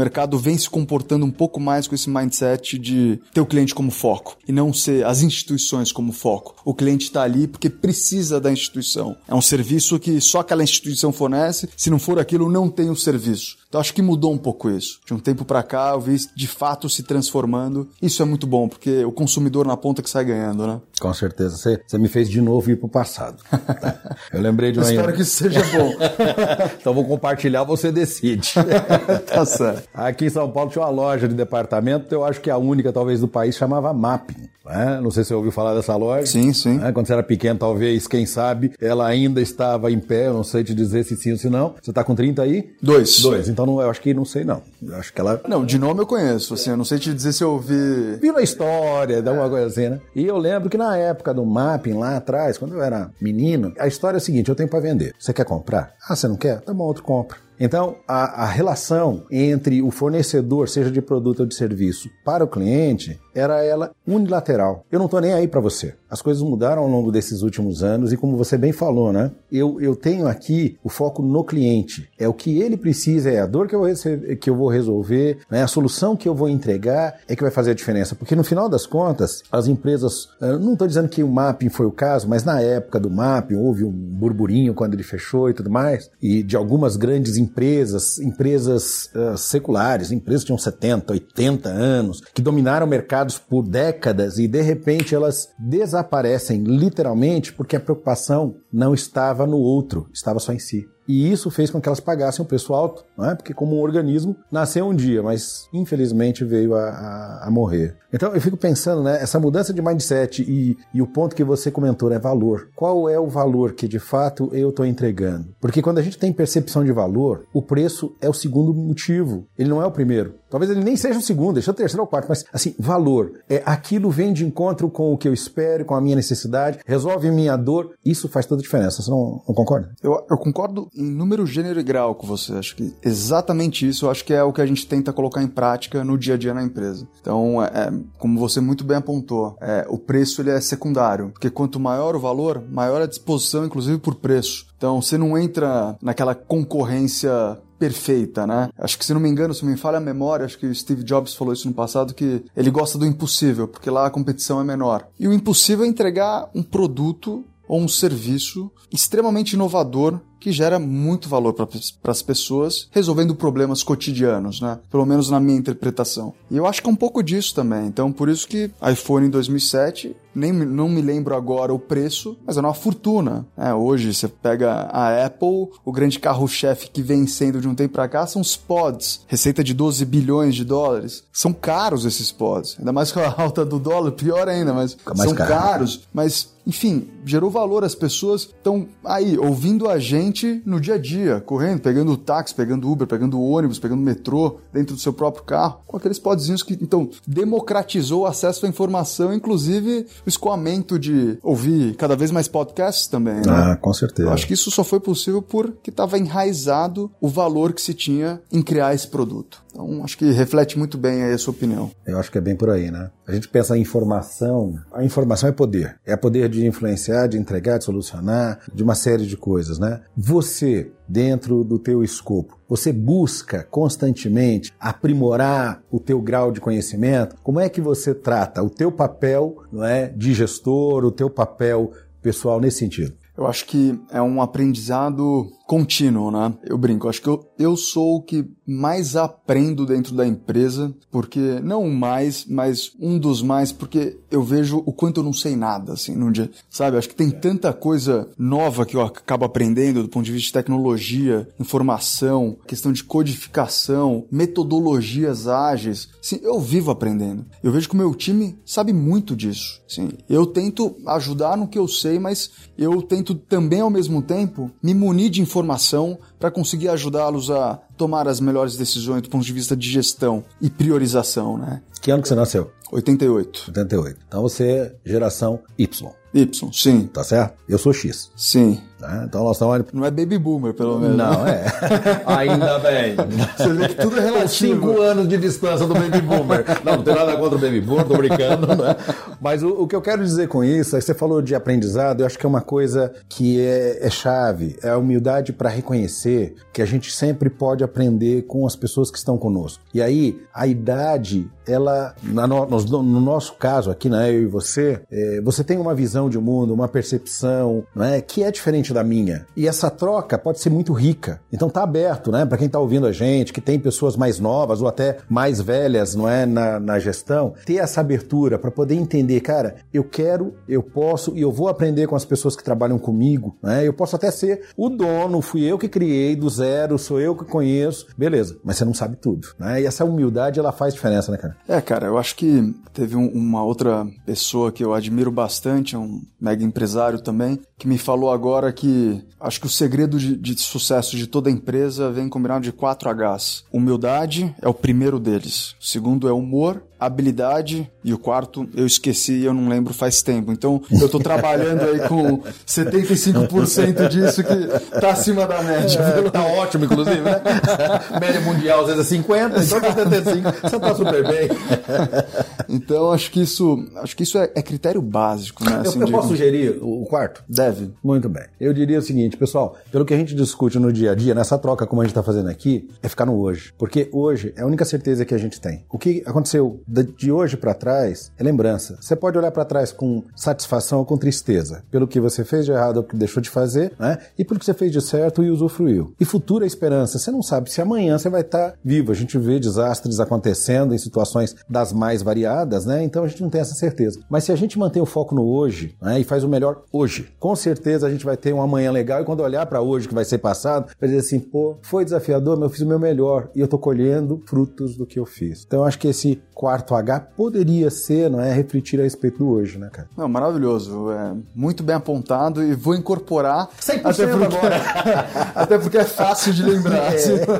mercado vem se comportando um pouco mais com esse mindset de ter o cliente como foco e não ser as instituições como foco. O cliente está ali porque precisa da instituição. É um serviço que só aquela instituição fornece, se não for aquilo, não tem o serviço. Então acho que mudou um pouco isso. De um tempo para cá eu vi de fato se transformando. Isso é muito bom, porque o consumidor na ponta que sai ganhando, né?
Com certeza. Você, você me fez de novo ir pro passado. Tá. Eu lembrei de uma...
Espero que isso seja bom.
Então vou compartilhar, você decide.
Tá certo.
Aqui em São Paulo tinha uma loja de departamento, eu acho que a única talvez do país, chamava Mapping. Né? Não sei se você ouviu falar dessa loja.
Sim, sim.
Né? Quando você era pequeno, talvez, quem sabe, ela ainda estava em pé, eu não sei te dizer se sim ou se não. Você tá com trinta aí?
Dois.
Dois. Então não, eu acho que não sei não. Eu acho que ela...
Não, de nome eu conheço, assim, eu não sei te dizer se eu ouvi...
Vi na história, dá uma coisa assim, né? E eu lembro que na época do Mapping, lá atrás, quando eu era menino, a história é a seguinte, eu tenho para vender. Você quer comprar? Ah, você não quer? Tá bom, outro compra. Então, a, a relação entre o fornecedor, seja de produto ou de serviço, para o cliente, era ela unilateral. Eu não estou nem aí para você. As coisas mudaram ao longo desses últimos anos e, como você bem falou, né? Eu, eu tenho aqui o foco no cliente. É o que ele precisa, é a dor que eu, rece- que eu vou resolver, né? A solução que eu vou entregar é que vai fazer a diferença. Porque, no final das contas, as empresas... Não estou dizendo que o Mapping foi o caso, mas na época do Mapping houve um burburinho quando ele fechou e tudo mais, e de algumas grandes empresas, empresas uh, seculares, empresas que tinham setenta, oitenta anos, que dominaram mercados por décadas e de repente elas desaparecem literalmente porque a preocupação não estava no outro, estava só em si. E isso fez com que elas pagassem um preço alto, não é? Porque como um organismo nasceu um dia, mas infelizmente veio a, a, a morrer. Então eu fico pensando, né, essa mudança de mindset e, e o ponto que você comentou, né, valor. Qual é o valor que de fato eu estou entregando? Porque quando a gente tem percepção de valor, o preço é o segundo motivo, ele não é o primeiro. Talvez ele nem seja o segundo, deixa o terceiro ou o quarto, mas assim, valor. É, aquilo vem de encontro com o que eu espero, com a minha necessidade, resolve minha dor, isso faz toda a diferença. Você não, não concorda?
Eu, eu concordo em número, gênero e grau com você. Acho que exatamente isso, eu acho que é o que a gente tenta colocar em prática no dia a dia na empresa. Então, é, como você muito bem apontou, é, o preço ele é secundário, porque quanto maior o valor, maior a disposição, inclusive por preço. Então, você não entra naquela concorrência perfeita, né? Acho que, se não me engano, se me falha a memória, acho que o Steve Jobs falou isso no passado, que ele gosta do impossível, porque lá a competição é menor. E o impossível é entregar um produto ou um serviço extremamente inovador que gera muito valor para as pessoas, resolvendo problemas cotidianos, né? Pelo menos na minha interpretação. E eu acho que é um pouco disso também. Então, por isso que iPhone em dois mil e sete, nem, não me lembro agora o preço, mas era uma fortuna. É, hoje, você pega a Apple, o grande carro-chefe que vem sendo de um tempo para cá são os pods. Receita de doze bilhões de dólares. São caros esses pods. Ainda mais com a alta do dólar, pior ainda, mas são caro. caros. Mas, enfim, gerou valor. As pessoas estão aí, ouvindo a gente no dia a dia, correndo, pegando o táxi, pegando Uber, pegando o ônibus, pegando o metrô, dentro do seu próprio carro, com aqueles podzinhos que, então, democratizou o acesso à informação, inclusive o escoamento de ouvir cada vez mais podcasts também, né?
Ah, com certeza.
Eu acho que isso só foi possível porque estava enraizado o valor que se tinha em criar esse produto. Então, acho que reflete muito bem aí a sua opinião.
Eu acho que é bem por aí, né? A gente pensa em informação, a informação é poder. É poder de influenciar, de entregar, de solucionar, de uma série de coisas, né? Você, dentro do teu escopo, você busca constantemente aprimorar o teu grau de conhecimento? Como é que você trata o teu papel, não é, de gestor, o teu papel pessoal nesse sentido?
Eu acho que é um aprendizado contínuo, né? Eu brinco, acho que eu, eu sou o que mais aprendo dentro da empresa, porque, não mais, mas um dos mais, porque eu vejo o quanto eu não sei nada, assim, num dia, sabe? Acho que tem tanta coisa nova que eu acabo aprendendo do ponto de vista de tecnologia, informação, questão de codificação, metodologias ágeis, assim, eu vivo aprendendo. Eu vejo que o meu time sabe muito disso, assim, eu tento ajudar no que eu sei, mas eu tento também, ao mesmo tempo, me munir de informação para conseguir ajudá-los a tomar as melhores decisões do ponto de vista de gestão e priorização, né?
Que ano que você nasceu?
oitenta e oito.
oitenta e oito. Então você é geração Y.
Y, sim.
Tá certo? Eu sou X.
Sim.
Tá? Então nós estamos...
Não é baby boomer, pelo menos.
Não, é. Ainda bem.
Você vê que tudo é relativo.
Cinco anos de distância do baby boomer. Não, não tem nada contra o baby boomer, tô brincando, né? Mas o, o que eu quero dizer com isso é que você falou de aprendizado, eu acho que é uma coisa que é, é chave, é a humildade para reconhecer que a gente sempre pode aprender com as pessoas que estão conosco. E aí, a idade, ela, na no, no, no nosso caso aqui, né, eu e você, é, você tem uma visão de mundo, uma percepção, né, que é diferente da minha. E essa troca pode ser muito rica. Então tá aberto, né, para quem tá ouvindo a gente, que tem pessoas mais novas ou até mais velhas, não é, na, na gestão, ter essa abertura para poder entender, cara, eu quero, eu posso e eu vou aprender com as pessoas que trabalham comigo, né? Eu posso até ser o dono, fui eu que criei do zero, sou eu que conheço, beleza, mas você não sabe tudo, né? E essa humildade, ela faz diferença, né, cara?
É, cara, eu acho que teve um, uma outra pessoa que eu admiro bastante, um mega empresário também, que me falou agora que acho que o segredo de, de sucesso de toda empresa vem combinado de quatro H's. Humildade é o primeiro deles, o segundo é humor, habilidade e o quarto eu esqueci e eu não lembro faz tempo. Então eu tô trabalhando aí com setenta e cinco por cento disso que tá acima da média.
É, tá ótimo, inclusive, né? Média mundial às vezes é cinquenta, então setenta e cinco, você tá super bem.
Então acho que isso, acho que isso é, é critério básico, né?
Eu,
assim,
eu
de...
posso sugerir o quarto?
Deve.
Muito bem. Eu diria o seguinte, pessoal, pelo que a gente discute no dia a dia, nessa troca como a gente tá fazendo aqui, é ficar no hoje. Porque hoje é a única certeza que a gente tem. O que aconteceu de hoje para trás é lembrança. Você pode olhar para trás com satisfação ou com tristeza, pelo que você fez de errado ou que deixou de fazer, né? E pelo que você fez de certo e usufruiu. E futura esperança, você não sabe se amanhã você vai estar vivo. A gente vê desastres acontecendo em situações das mais variadas, né? Então a gente não tem essa certeza. Mas se a gente mantém o foco no hoje, né, e faz o melhor hoje, com certeza a gente vai ter um amanhã legal e quando olhar para hoje que vai ser passado, vai dizer assim, pô, foi desafiador, mas eu fiz o meu melhor e eu tô colhendo frutos do que eu fiz. Então eu acho que esse quarto H poderia ser, não é, refletir a respeito do hoje, né, cara?
Não, maravilhoso. É muito bem apontado e vou incorporar.
cem por cento
até porque,
agora.
Até porque é fácil de lembrar.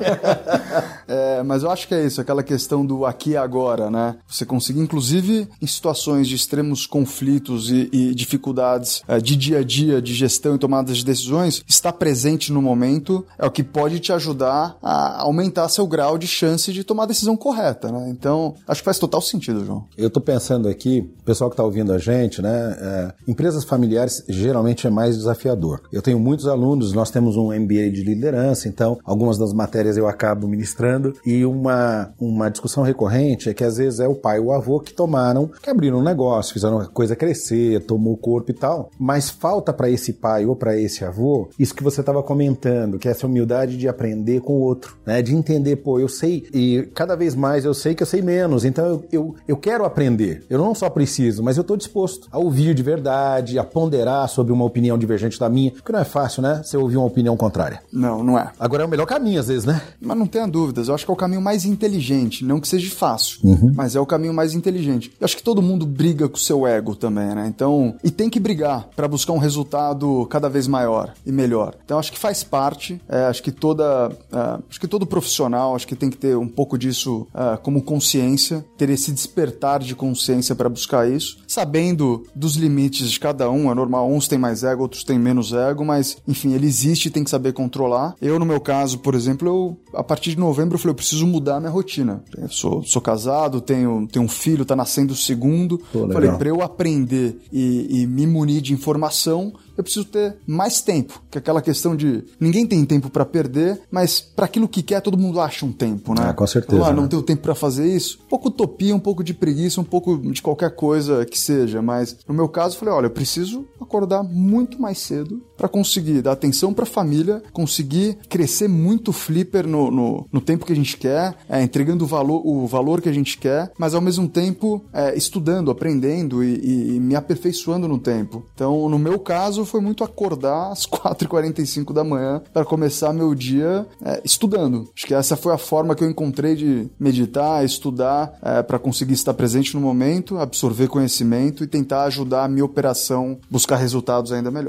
É.
É, mas eu acho que é isso, aquela questão do aqui e agora, né? Você conseguir, inclusive, em situações de extremos conflitos e, e dificuldades é, de dia a dia, de gestão e tomadas de decisões, estar presente no momento é o que pode te ajudar a aumentar seu grau de chance de tomar a decisão correta, né? Então, acho que faz total sentido, João.
Eu tô pensando aqui, o pessoal que tá ouvindo a gente, né? É, empresas familiares geralmente é mais desafiador. Eu tenho muitos alunos, nós temos um M B A de liderança, então algumas das matérias eu acabo ministrando e uma, uma discussão recorrente é que às vezes é o pai ou o avô que tomaram, que abriram um negócio, fizeram a coisa crescer, tomou o corpo e tal, mas falta para esse pai ou para esse avô isso que você estava comentando, que é essa humildade de aprender com o outro, né? De entender, pô, eu sei e cada vez mais eu sei que eu sei menos, então eu, eu, eu quero aprender, eu não só preciso, mas eu estou disposto a ouvir de verdade, a ponderar sobre uma opinião divergente da minha, porque não é fácil, né? Você ouvir uma opinião contrária.
Não, não é.
Agora é o melhor caminho às vezes, né?
Mas não tenha dúvidas, eu acho que é o caminho mais inteligente, não que seja fácil,
uhum.
mas é o caminho mais inteligente. Eu acho que todo mundo briga com o seu ego também, né? Então, e tem que brigar para buscar um resultado cada vez maior e melhor. Então, acho que faz parte, é, acho que toda, é, acho que todo profissional, acho que tem que ter um pouco disso é, como consciência, ter esse despertar de consciência para buscar isso, sabendo dos limites de cada um, é normal, uns têm mais ego, outros têm menos ego, mas, enfim, ele existe e tem que saber controlar. Eu, no meu caso, por exemplo, eu, a partir de novembro, eu falei, eu preciso mudar a minha rotina. Eu sou, sou casado, tenho, tenho um filho, tá nascendo o segundo.
Pô,
falei, para eu aprender e, e me munir de informação, eu preciso ter mais tempo, que é aquela questão de ninguém tem tempo para perder, mas para aquilo que quer todo mundo acha um tempo, né?
Ah, com certeza.
Então, ah, não
né?
tenho tempo para fazer isso. Um pouco utopia, um pouco de preguiça, um pouco de qualquer coisa que seja, mas no meu caso eu falei, olha, eu preciso acordar muito mais cedo para conseguir dar atenção para a família, conseguir crescer muito flipper no, no, no tempo que a gente quer, é, entregando o valor, o valor que a gente quer, mas ao mesmo tempo é, estudando, aprendendo e, e, e me aperfeiçoando no tempo. Então, no meu caso, foi muito acordar às quatro e quarenta e cinco da manhã para começar meu dia é, estudando. Acho que essa foi a forma que eu encontrei de meditar, estudar, é, para conseguir estar presente no momento, absorver conhecimento e tentar ajudar a minha operação buscar resultados ainda melhores.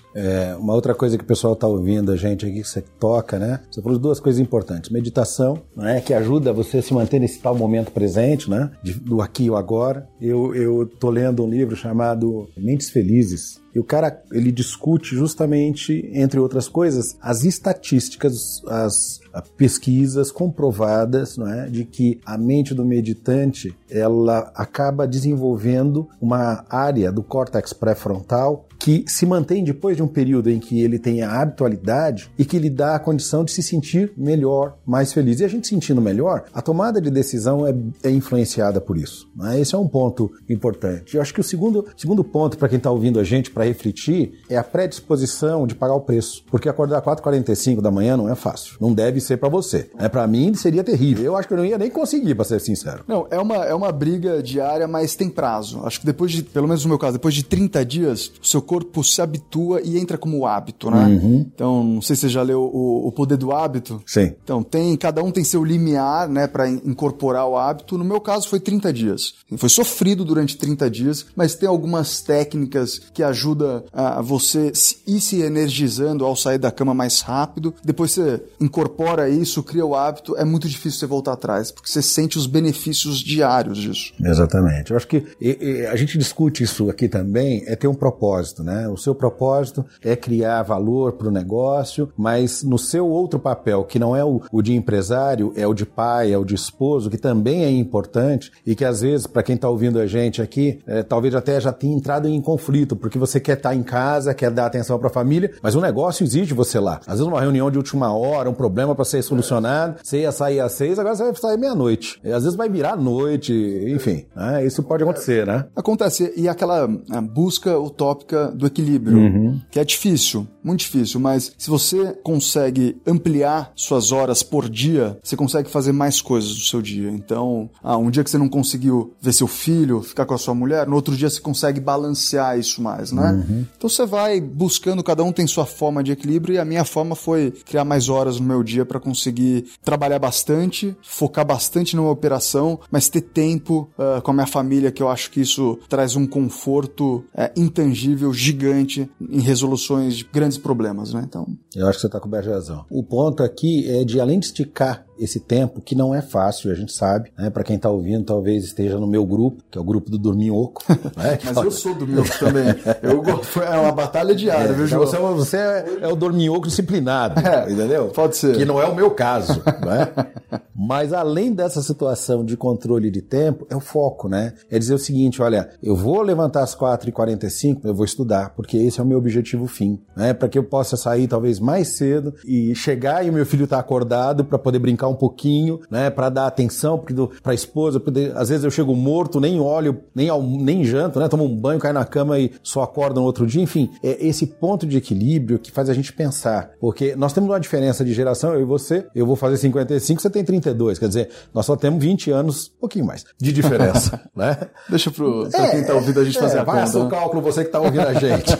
É, uma outra coisa que o pessoal está ouvindo a gente aqui, que você toca, né? Você falou de duas coisas importantes. Meditação, né? Que ajuda você a se manter nesse tal momento presente, né? De, do aqui e o agora. Eu, eu tô lendo um livro chamado Mentes Felizes. E o cara, ele discute justamente, entre outras coisas, as estatísticas, as pesquisas comprovadas, não é, de que a mente do meditante, ela acaba desenvolvendo uma área do córtex pré-frontal que se mantém depois de um período em que ele tem a habitualidade e que lhe dá a condição de se sentir melhor, mais feliz. E a gente sentindo melhor, a tomada de decisão é, é influenciada por isso, né? Esse é um ponto importante. Eu acho que o segundo, segundo ponto para quem está ouvindo a gente, para refletir, é a predisposição de pagar o preço. Porque acordar quatro e quarenta e cinco da manhã não é fácil. Não deve ser para você. É, para mim seria terrível. Eu acho que eu não ia nem conseguir, para ser sincero.
Não, é uma, é uma briga diária, mas tem prazo. Acho que depois de, pelo menos no meu caso, depois de trinta dias, o seu corpo se habitua e entra como hábito, né? Uhum. Então, não sei se você já leu o, o Poder do Hábito.
Sim.
Então, tem, cada um tem seu limiar, né, para incorporar o hábito. No meu caso, foi trinta dias. Foi sofrido durante trinta dias, mas tem algumas técnicas que ajudam a você ir se energizando ao sair da cama mais rápido. Depois você incorpora isso, cria o hábito, é muito difícil você voltar atrás, porque você sente os benefícios diários disso.
Exatamente. Eu acho que e, e, a gente discute isso aqui também, é ter um propósito, né? O seu propósito é criar valor para o negócio, mas no seu outro papel, que não é o, o de empresário, é o de pai, é o de esposo, que também é importante e que às vezes, para quem está ouvindo a gente aqui, é, talvez até já tenha entrado em conflito, porque você quer estar em casa, quer dar atenção para a família, mas o negócio exige você lá. Às vezes uma reunião de última hora, um problema para ser solucionado, você ia sair às seis, agora você vai sair meia-noite. Às vezes vai virar noite, enfim, né? Isso pode acontecer, né?
Acontece, e aquela busca utópica do equilíbrio, uhum. que é difícil, muito difícil, mas se você consegue ampliar suas horas por dia, você consegue fazer mais coisas do seu dia. Então, ah, um dia que você não conseguiu ver seu filho, ficar com a sua mulher, no outro dia você consegue balancear isso mais, né? Uhum. Então você vai buscando, cada um tem sua forma de equilíbrio, e a minha forma foi criar mais horas no meu dia para conseguir trabalhar bastante, focar bastante numa operação, mas ter tempo uh, com a minha família, que eu acho que isso traz um conforto uh, intangível, gigante, em resoluções de grandes problemas, né? Então...
Eu acho que você está coberto de razão. O ponto aqui é de, além de esticar esse tempo, que não é fácil, a gente sabe, né? Para quem está ouvindo, talvez esteja no meu grupo, que é o grupo do Dorminhoco. Né?
Mas eu sou Dorminhoco também. Eu, é uma batalha diária,
é,
viu,
João?
Você,
você é, é o Dorminhoco disciplinado, é, entendeu?
Pode ser.
Que não é o meu caso, né? Mas além dessa situação de controle de tempo, é o foco, né? É dizer o seguinte, olha, eu vou levantar às quatro e quarenta e cinco, eu vou estudar, porque esse é o meu objetivo fim, né? Para que eu possa sair talvez mais cedo e chegar e o meu filho tá acordado para poder brincar um pouquinho, né? Para dar atenção para a esposa, poder... às vezes eu chego morto, nem olho, nem, ao... nem janto, né? Tomo um banho, caio na cama e só acordo no outro dia, enfim, é esse ponto de equilíbrio que faz a gente pensar, porque nós temos uma diferença de geração, eu e você, eu vou fazer cinquenta e cinco, você tem trinta e dois, quer dizer, nós só temos vinte anos, um pouquinho mais, de diferença, né?
Deixa pro, pra é, quem tá ouvindo a gente é, fazer a conta.
Faça o cálculo, você que tá ouvindo a gente.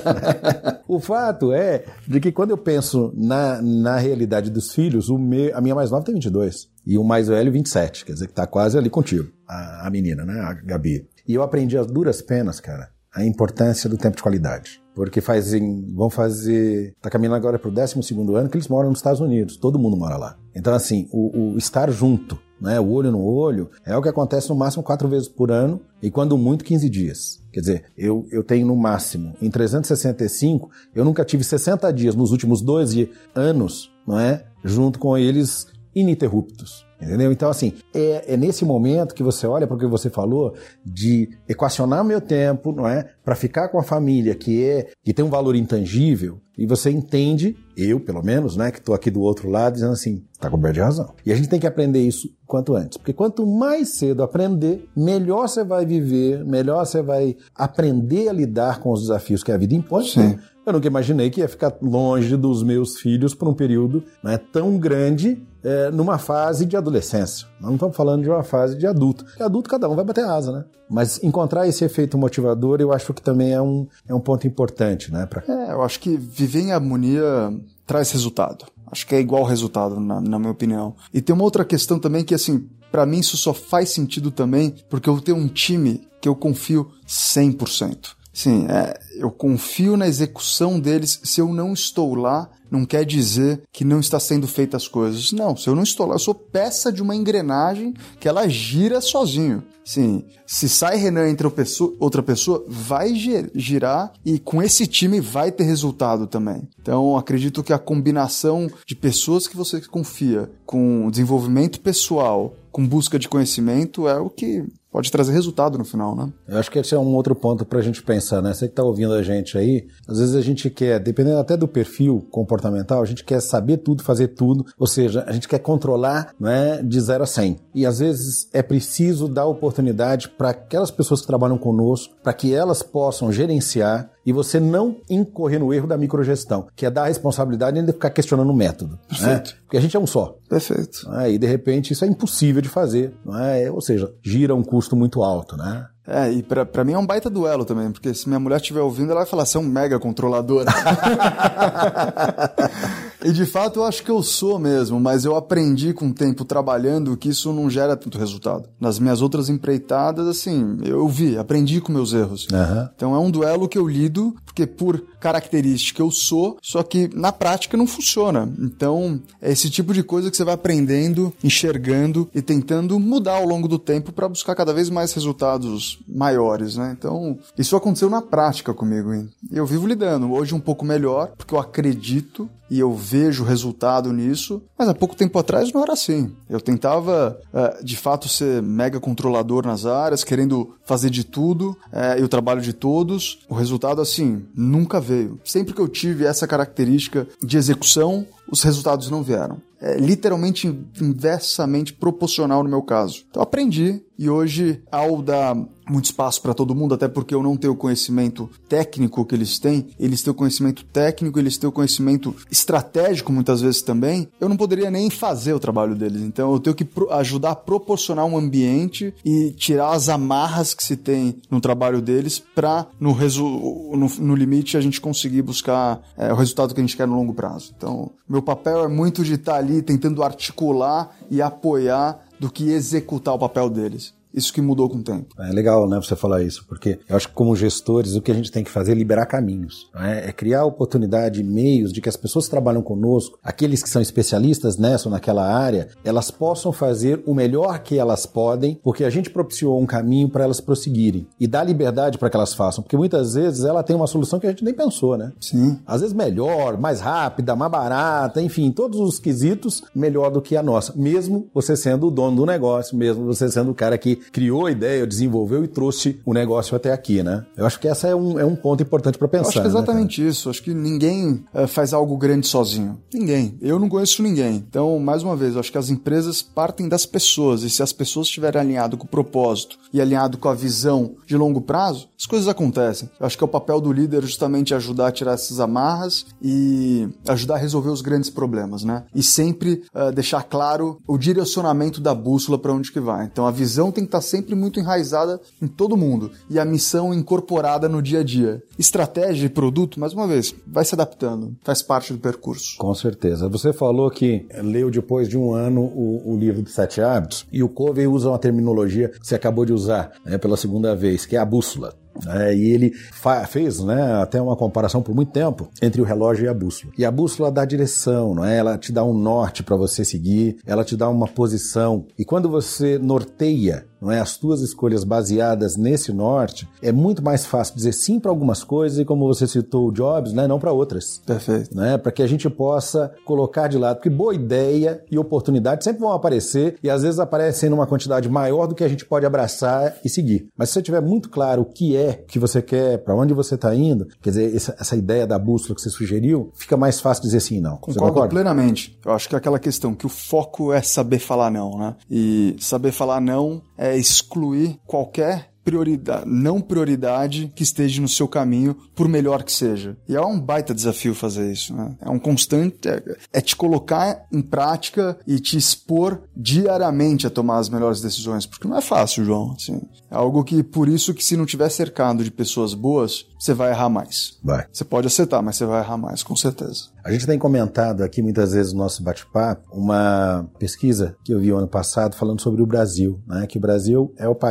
O fato é de que quando eu penso na, na realidade dos filhos, o meu, a minha mais nova tem vinte e dois e o mais velho vinte e sete, quer dizer que tá quase ali contigo, a, a menina, né, a Gabi. E eu aprendi as duras penas, cara, a importância do tempo de qualidade. Porque fazem, vão fazer, tá caminhando agora pro décimo segundo ano que eles moram nos Estados Unidos, todo mundo mora lá. Então assim, o, o estar junto, né, o olho no olho, é o que acontece no máximo quatro vezes por ano e quando muito quinze dias. Quer dizer, eu, eu tenho no máximo, em trezentos e sessenta e cinco, eu nunca tive sessenta dias nos últimos doze anos, não é, junto com eles ininterruptos. Entendeu? Então, assim, é, é nesse momento que você olha para o que você falou de equacionar o meu tempo, não é? Para ficar com a família que, é, que tem um valor intangível e você entende, eu pelo menos, né, que estou aqui do outro lado, dizendo assim, está coberto de razão. E a gente tem que aprender isso quanto antes, porque quanto mais cedo aprender, melhor você vai viver, melhor você vai aprender a lidar com os desafios que a vida impõe. Sim. Eu nunca imaginei que ia ficar longe dos meus filhos por um período, né, tão grande, é, numa fase de adolescência. Nós não estamos falando de uma fase de adulto. Porque adulto cada um vai bater asa, né? Mas encontrar esse efeito motivador eu acho que também é um, é um ponto importante, né? Pra...
É, eu acho que viver em harmonia traz resultado. Acho que é igual resultado, na, na minha opinião. E tem uma outra questão também que, assim, pra mim isso só faz sentido também porque eu tenho um time que eu confio cem por cento. Sim, é, eu confio na execução deles. Se eu não estou lá, não quer dizer que não está sendo feitas as coisas. Não, se eu não estou lá, eu sou peça de uma engrenagem que ela gira sozinho. Sim, se sai Renan entre outra pessoa, vai girar e com esse time vai ter resultado também. Então, acredito que a combinação de pessoas que você confia com desenvolvimento pessoal, com busca de conhecimento, é o que pode trazer resultado no final, né?
Eu acho que esse é um outro ponto pra gente pensar, né? Você que tá ouvindo a gente aí, às vezes a gente quer, dependendo até do perfil comportamental, a gente quer saber tudo, fazer tudo, ou seja, a gente quer controlar, né, de zero a cem. E às vezes é preciso dar oportunidade para aquelas pessoas que trabalham conosco, para que elas possam gerenciar e você não incorrer no erro da microgestão, que é dar a responsabilidade e ainda ficar questionando o método.
Perfeito.
Né? Porque a gente é um só.
Perfeito.
Né? E de repente isso é impossível de fazer. Não é? Ou seja, gira um custo muito alto, né?
É, e pra, pra mim é um baita duelo também, porque se minha mulher estiver ouvindo, ela vai falar, você é um mega controlador. E de fato eu acho que eu sou mesmo, mas eu aprendi com o tempo trabalhando que isso não gera tanto resultado. Nas minhas outras empreitadas, assim, eu vi, aprendi com meus erros.
Uhum.
Então é um duelo que eu lido, porque por característica eu sou, só que na prática não funciona. Então é esse tipo de coisa que você vai aprendendo, enxergando e tentando mudar ao longo do tempo para buscar cada vez mais resultados maiores, né? Então, isso aconteceu na prática comigo, hein? E eu vivo lidando. Hoje um pouco melhor, porque eu acredito e eu vejo resultado nisso, mas há pouco tempo atrás não era assim. Eu tentava, uh, de fato, ser mega controlador nas áreas, querendo fazer de tudo, uh, e o trabalho de todos. O resultado, assim, nunca veio. Sempre que eu tive essa característica de execução, os resultados não vieram. É literalmente inversamente proporcional no meu caso. Então aprendi e hoje, ao dar muito espaço para todo mundo, até porque eu não tenho o conhecimento técnico que eles têm, eles têm o conhecimento técnico, eles têm o conhecimento estratégico muitas vezes também, eu não poderia nem fazer o trabalho deles. Então eu tenho que pro- ajudar a proporcionar um ambiente e tirar as amarras que se tem no trabalho deles para, no, resu- no, no limite, a gente conseguir buscar é, o resultado que a gente quer no longo prazo. Então, meu papel é muito de estar ali tentando articular e apoiar do que executar o papel deles. Isso que mudou com o tempo.
É legal, né, você falar isso, porque eu acho que como gestores o que a gente tem que fazer é liberar caminhos, né? É criar oportunidade, meios de que as pessoas que trabalham conosco, aqueles que são especialistas nessa ou naquela área, elas possam fazer o melhor que elas podem, porque a gente propiciou um caminho para elas prosseguirem e dar liberdade para que elas façam, porque muitas vezes ela tem uma solução que a gente nem pensou, né?
Sim.
Às vezes melhor, mais rápida, mais barata, enfim, todos os quesitos melhor do que a nossa, mesmo você sendo o dono do negócio, mesmo você sendo o cara que criou a ideia, desenvolveu e trouxe o negócio até aqui, né? Eu acho que essa é um, é um ponto importante para pensar. Eu
acho que é exatamente
né,
isso. Acho que ninguém uh, faz algo grande sozinho. Ninguém. Eu não conheço ninguém. Então, mais uma vez, eu acho que as empresas partem das pessoas e se as pessoas estiverem alinhado com o propósito e alinhado com a visão de longo prazo, as coisas acontecem. Eu acho que é o papel do líder justamente ajudar a tirar essas amarras e ajudar a resolver os grandes problemas, né? E sempre uh, deixar claro o direcionamento da bússola para onde que vai. Então, a visão tem que estar sempre muito enraizada em todo mundo e a missão incorporada no dia a dia. Estratégia e produto, mais uma vez, vai se adaptando, faz parte do percurso.
Com certeza. Você falou que leu depois de um ano o, o livro de Sete Hábitos e o Covey usa uma terminologia que você acabou de usar, né, pela segunda vez, que é a bússola. É, e ele fa- fez, né, até uma comparação por muito tempo entre o relógio e a bússola. E a bússola dá direção, não é? Ela te dá um norte para você seguir, ela te dá uma posição. E quando você norteia, não é, as tuas escolhas baseadas nesse norte, é muito mais fácil dizer sim para algumas coisas e, como você citou o Jobs, né, não para outras.
Perfeito.
Né, para que a gente possa colocar de lado, porque boa ideia e oportunidade sempre vão aparecer e às vezes aparecem numa quantidade maior do que a gente pode abraçar e seguir. Mas se você tiver muito claro o que é o que você quer, para onde você está indo, quer dizer, essa, essa ideia da bússola que você sugeriu, fica mais fácil dizer sim e não.
Concordo, você concorda? Plenamente. Eu acho que é aquela questão que o foco é saber falar não, né? E saber falar não é excluir qualquer prioridade, não prioridade que esteja no seu caminho, por melhor que seja. E é um baita desafio fazer isso, né? É um constante, é, é te colocar em prática e te expor diariamente a tomar as melhores decisões, porque não é fácil, João, assim. É algo que, por isso que se não tiver cercado de pessoas boas, você vai errar mais.
Vai.
Você pode acertar, mas você vai errar mais, com certeza.
A gente tem comentado aqui muitas vezes no nosso bate-papo uma pesquisa que eu vi ano passado falando sobre o Brasil, né? Que o Brasil é o país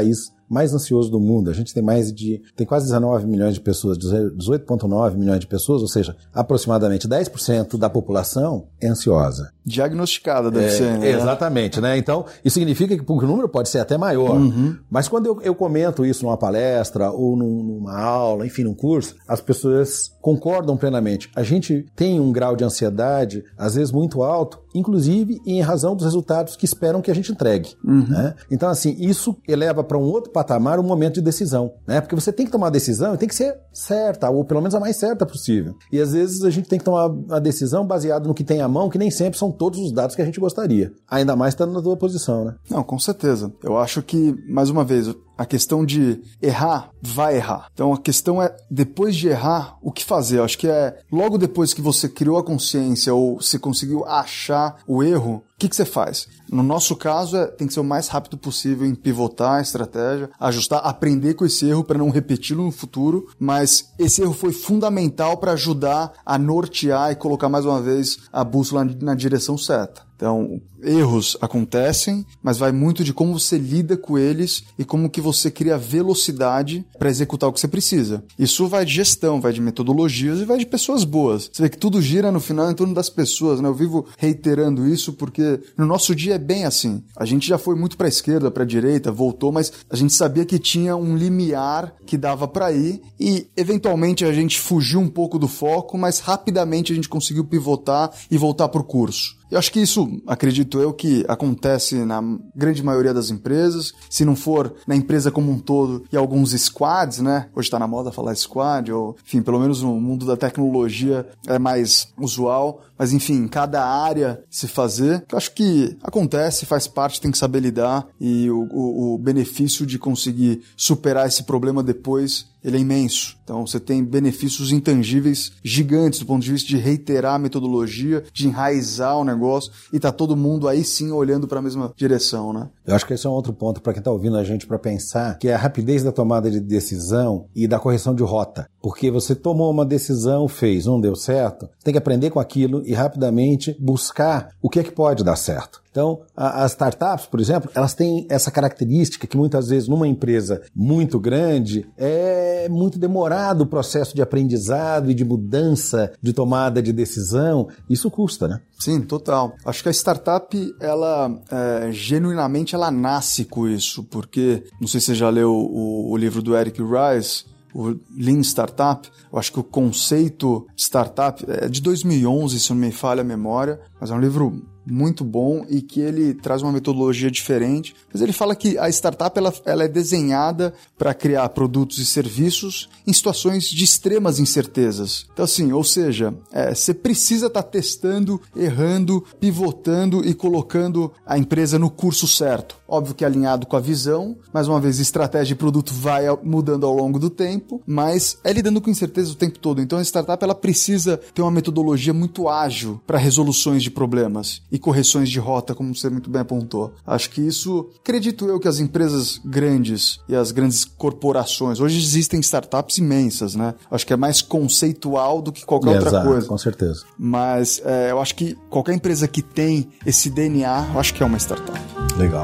mais ansioso do mundo. A gente tem mais de, tem quase dezenove milhões de pessoas, dezoito vírgula nove milhões de pessoas, ou seja, aproximadamente dez por cento da população é ansiosa.
Diagnosticada deve
é,
ser, né?
Exatamente, né? Então, isso significa que o número pode ser até maior. Uhum. Mas quando eu, eu comento isso numa palestra ou num, numa aula, enfim, num curso, as pessoas concordam plenamente. A gente tem um grau de ansiedade, às vezes muito alto, inclusive em razão dos resultados que esperam que a gente entregue. Uhum. Né? Então, assim, isso eleva para um outro patamar um momento de decisão, né? Porque você tem que tomar uma decisão e tem que ser certa, ou pelo menos a mais certa possível. E às vezes a gente tem que tomar uma decisão baseada no que tem à mão, que nem sempre são todos os dados que a gente gostaria. Ainda mais estando na tua posição, né?
Não, com certeza. Eu acho que, mais uma vez, a questão de errar, vai errar. Então a questão é, depois de errar, o que fazer? Eu acho que é logo depois que você criou a consciência ou se conseguiu achar o erro, o que, que você faz? No nosso caso, é, tem que ser o mais rápido possível em pivotar a estratégia, ajustar, aprender com esse erro para não repeti-lo no futuro, mas esse erro foi fundamental para ajudar a nortear e colocar mais uma vez a bússola na, na direção certa. Então, erros acontecem, mas vai muito de como você lida com eles e como que você cria velocidade para executar o que você precisa. Isso vai de gestão, vai de metodologias e vai de pessoas boas. Você vê que tudo gira no final em torno das pessoas, né? Eu vivo reiterando isso porque no nosso dia é bem assim. A gente já foi muito para a esquerda, para a direita, voltou, mas a gente sabia que tinha um limiar que dava para ir e eventualmente a gente fugiu um pouco do foco, mas rapidamente a gente conseguiu pivotar e voltar para o curso. Eu acho que isso, acredito eu, que acontece na grande maioria das empresas. Se não for na empresa como um todo e alguns squads, né? Hoje está na moda falar squad, ou enfim, pelo menos no mundo da tecnologia é mais usual. Mas enfim, cada área se fazer. Eu acho que acontece, faz parte, tem que saber lidar. E o, o, o benefício de conseguir superar esse problema depois, ele é imenso. Então você tem benefícios intangíveis gigantes do ponto de vista de reiterar a metodologia, de enraizar o negócio e tá todo mundo aí sim olhando para a mesma direção, né?
Eu acho que esse é um outro ponto para quem está ouvindo a gente para pensar, que é a rapidez da tomada de decisão e da correção de rota. Porque você tomou uma decisão, fez, não deu certo, você tem que aprender com aquilo e rapidamente buscar o que é que pode dar certo. Então, a, as startups, por exemplo, elas têm essa característica que muitas vezes numa empresa muito grande é muito demorado o processo de aprendizado e de mudança de tomada de decisão. Isso custa, né?
Sim, total. Acho que a startup, ela, é, genuinamente, ela nasce com isso, porque, não sei se você já leu o, o livro do Eric Ries, o Lean Startup. Eu acho que o conceito startup é de dois mil e onze, se não me falha a memória, mas é um livro muito bom e que ele traz uma metodologia diferente. Mas ele fala que a startup ela, ela é desenhada para criar produtos e serviços em situações de extremas incertezas. Então assim, ou seja, é, você precisa estar tá testando, errando, pivotando e colocando a empresa no curso certo. Óbvio que é alinhado com a visão, mais uma vez, estratégia e produto vai mudando ao longo do tempo, mas é lidando com incerteza o tempo todo. Então a startup ela precisa ter uma metodologia muito ágil para resoluções de problemas e correções de rota, como você muito bem apontou. Acho que isso, acredito eu que as empresas grandes e as grandes corporações, hoje existem startups imensas, né? Acho que é mais conceitual do que qualquer
Exato,
outra coisa.
Com certeza.
Mas é, eu acho que qualquer empresa que tem esse D N A, eu acho que é uma startup.
Legal.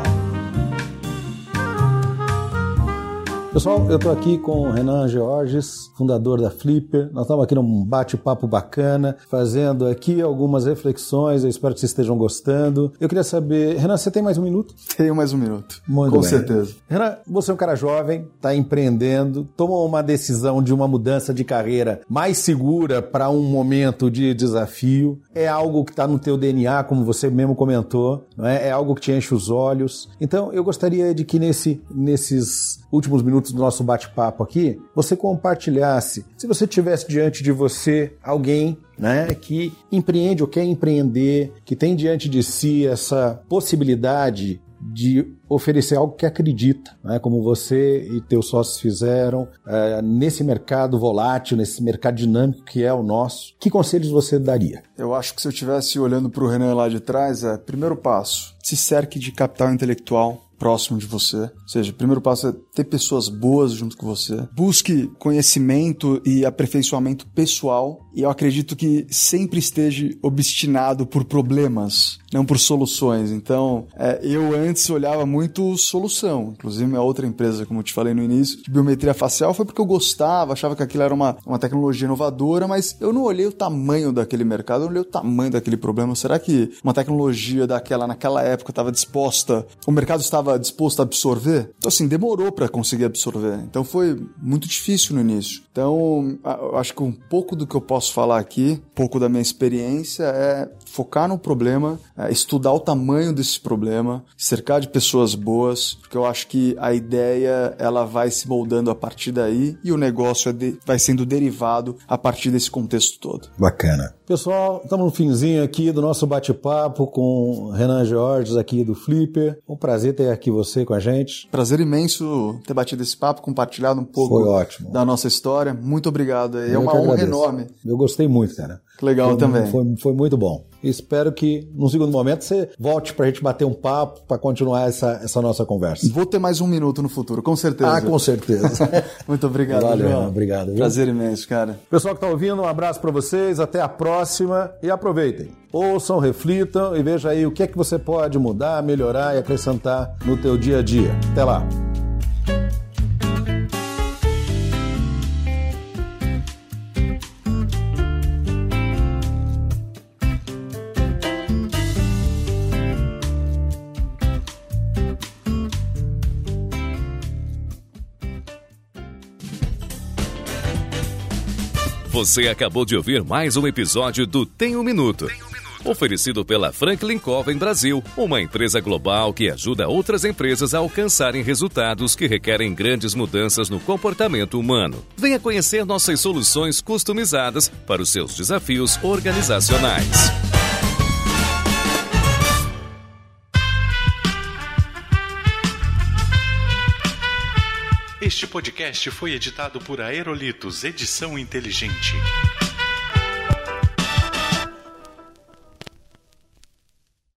Pessoal, eu estou aqui com o Renan Georges, fundador da Flipper. Nós estamos aqui num bate-papo bacana, fazendo aqui algumas reflexões. Eu espero que vocês estejam gostando. Eu queria saber... Renan, você tem mais um minuto?
Tenho mais um minuto.
Muito
com
bem.
certeza.
Renan, você é um cara jovem, está empreendendo, tomou uma decisão de uma mudança de carreira mais segura para um momento de desafio. É algo que está no teu D N A, como você mesmo comentou, não é? É algo que te enche os olhos. Então, eu gostaria de que nesse, nesses últimos minutos do nosso bate-papo aqui, você compartilhasse, se você tivesse diante de você alguém, né, que empreende ou quer empreender, que tem diante de si essa possibilidade de oferecer algo que acredita, né, como você e teus sócios fizeram, é, nesse mercado volátil, nesse mercado dinâmico que é o nosso, que conselhos você daria?
Eu acho que se eu estivesse olhando para o Renan lá de trás, é primeiro passo, se cerque de capital intelectual, próximo de você. Ou seja, o primeiro passo é ter pessoas boas junto com você. Busque conhecimento e aperfeiçoamento pessoal. E eu acredito que sempre esteja obstinado por problemas, não por soluções. Então, é, eu antes olhava muito solução. Inclusive, minha outra empresa, como eu te falei no início, de biometria facial, foi porque eu gostava, achava que aquilo era uma, uma tecnologia inovadora, mas eu não olhei o tamanho daquele mercado, eu não olhei o tamanho daquele problema. Será que uma tecnologia daquela, naquela época, estava disposta, o mercado estava disposto a absorver? Então, assim, demorou para conseguir absorver. Então, foi muito difícil no início. Então, eu acho que um pouco do que eu posso falar aqui, um pouco da minha experiência, é focar no problema, é estudar o tamanho desse problema, cercar de pessoas boas, porque eu acho que a ideia ela vai se moldando a partir daí e o negócio é de, vai sendo derivado a partir desse contexto todo.
Bacana. Pessoal, estamos no finzinho aqui do nosso bate-papo com Renan Georges aqui do Flipper. Um prazer ter aqui você com a gente.
Prazer imenso ter batido esse papo, compartilhado um pouco
Foi ótimo.
da nossa história. Muito obrigado. É uma honra enorme.
Eu gostei muito, cara.
Legal
foi,
também.
Foi, foi muito bom. Espero que, num segundo momento, você volte pra gente bater um papo para continuar essa, essa nossa conversa.
Vou ter mais um minuto no futuro, com certeza.
Ah, com certeza.
Muito obrigado,
Valeu,
João.
Obrigado. Viu?
Prazer imenso, cara.
Pessoal que tá ouvindo, um abraço para vocês. Até a próxima e aproveitem. Ouçam, reflitam e veja aí o que é que você pode mudar, melhorar e acrescentar no teu dia a dia. Até lá.
Você acabou de ouvir mais um episódio do Tem um Minuto. Oferecido pela Franklin Covey Brasil, uma empresa global que ajuda outras empresas a alcançarem resultados que requerem grandes mudanças no comportamento humano. Venha conhecer nossas soluções customizadas para os seus desafios organizacionais.
Este podcast foi editado por Aerolitos Edição Inteligente.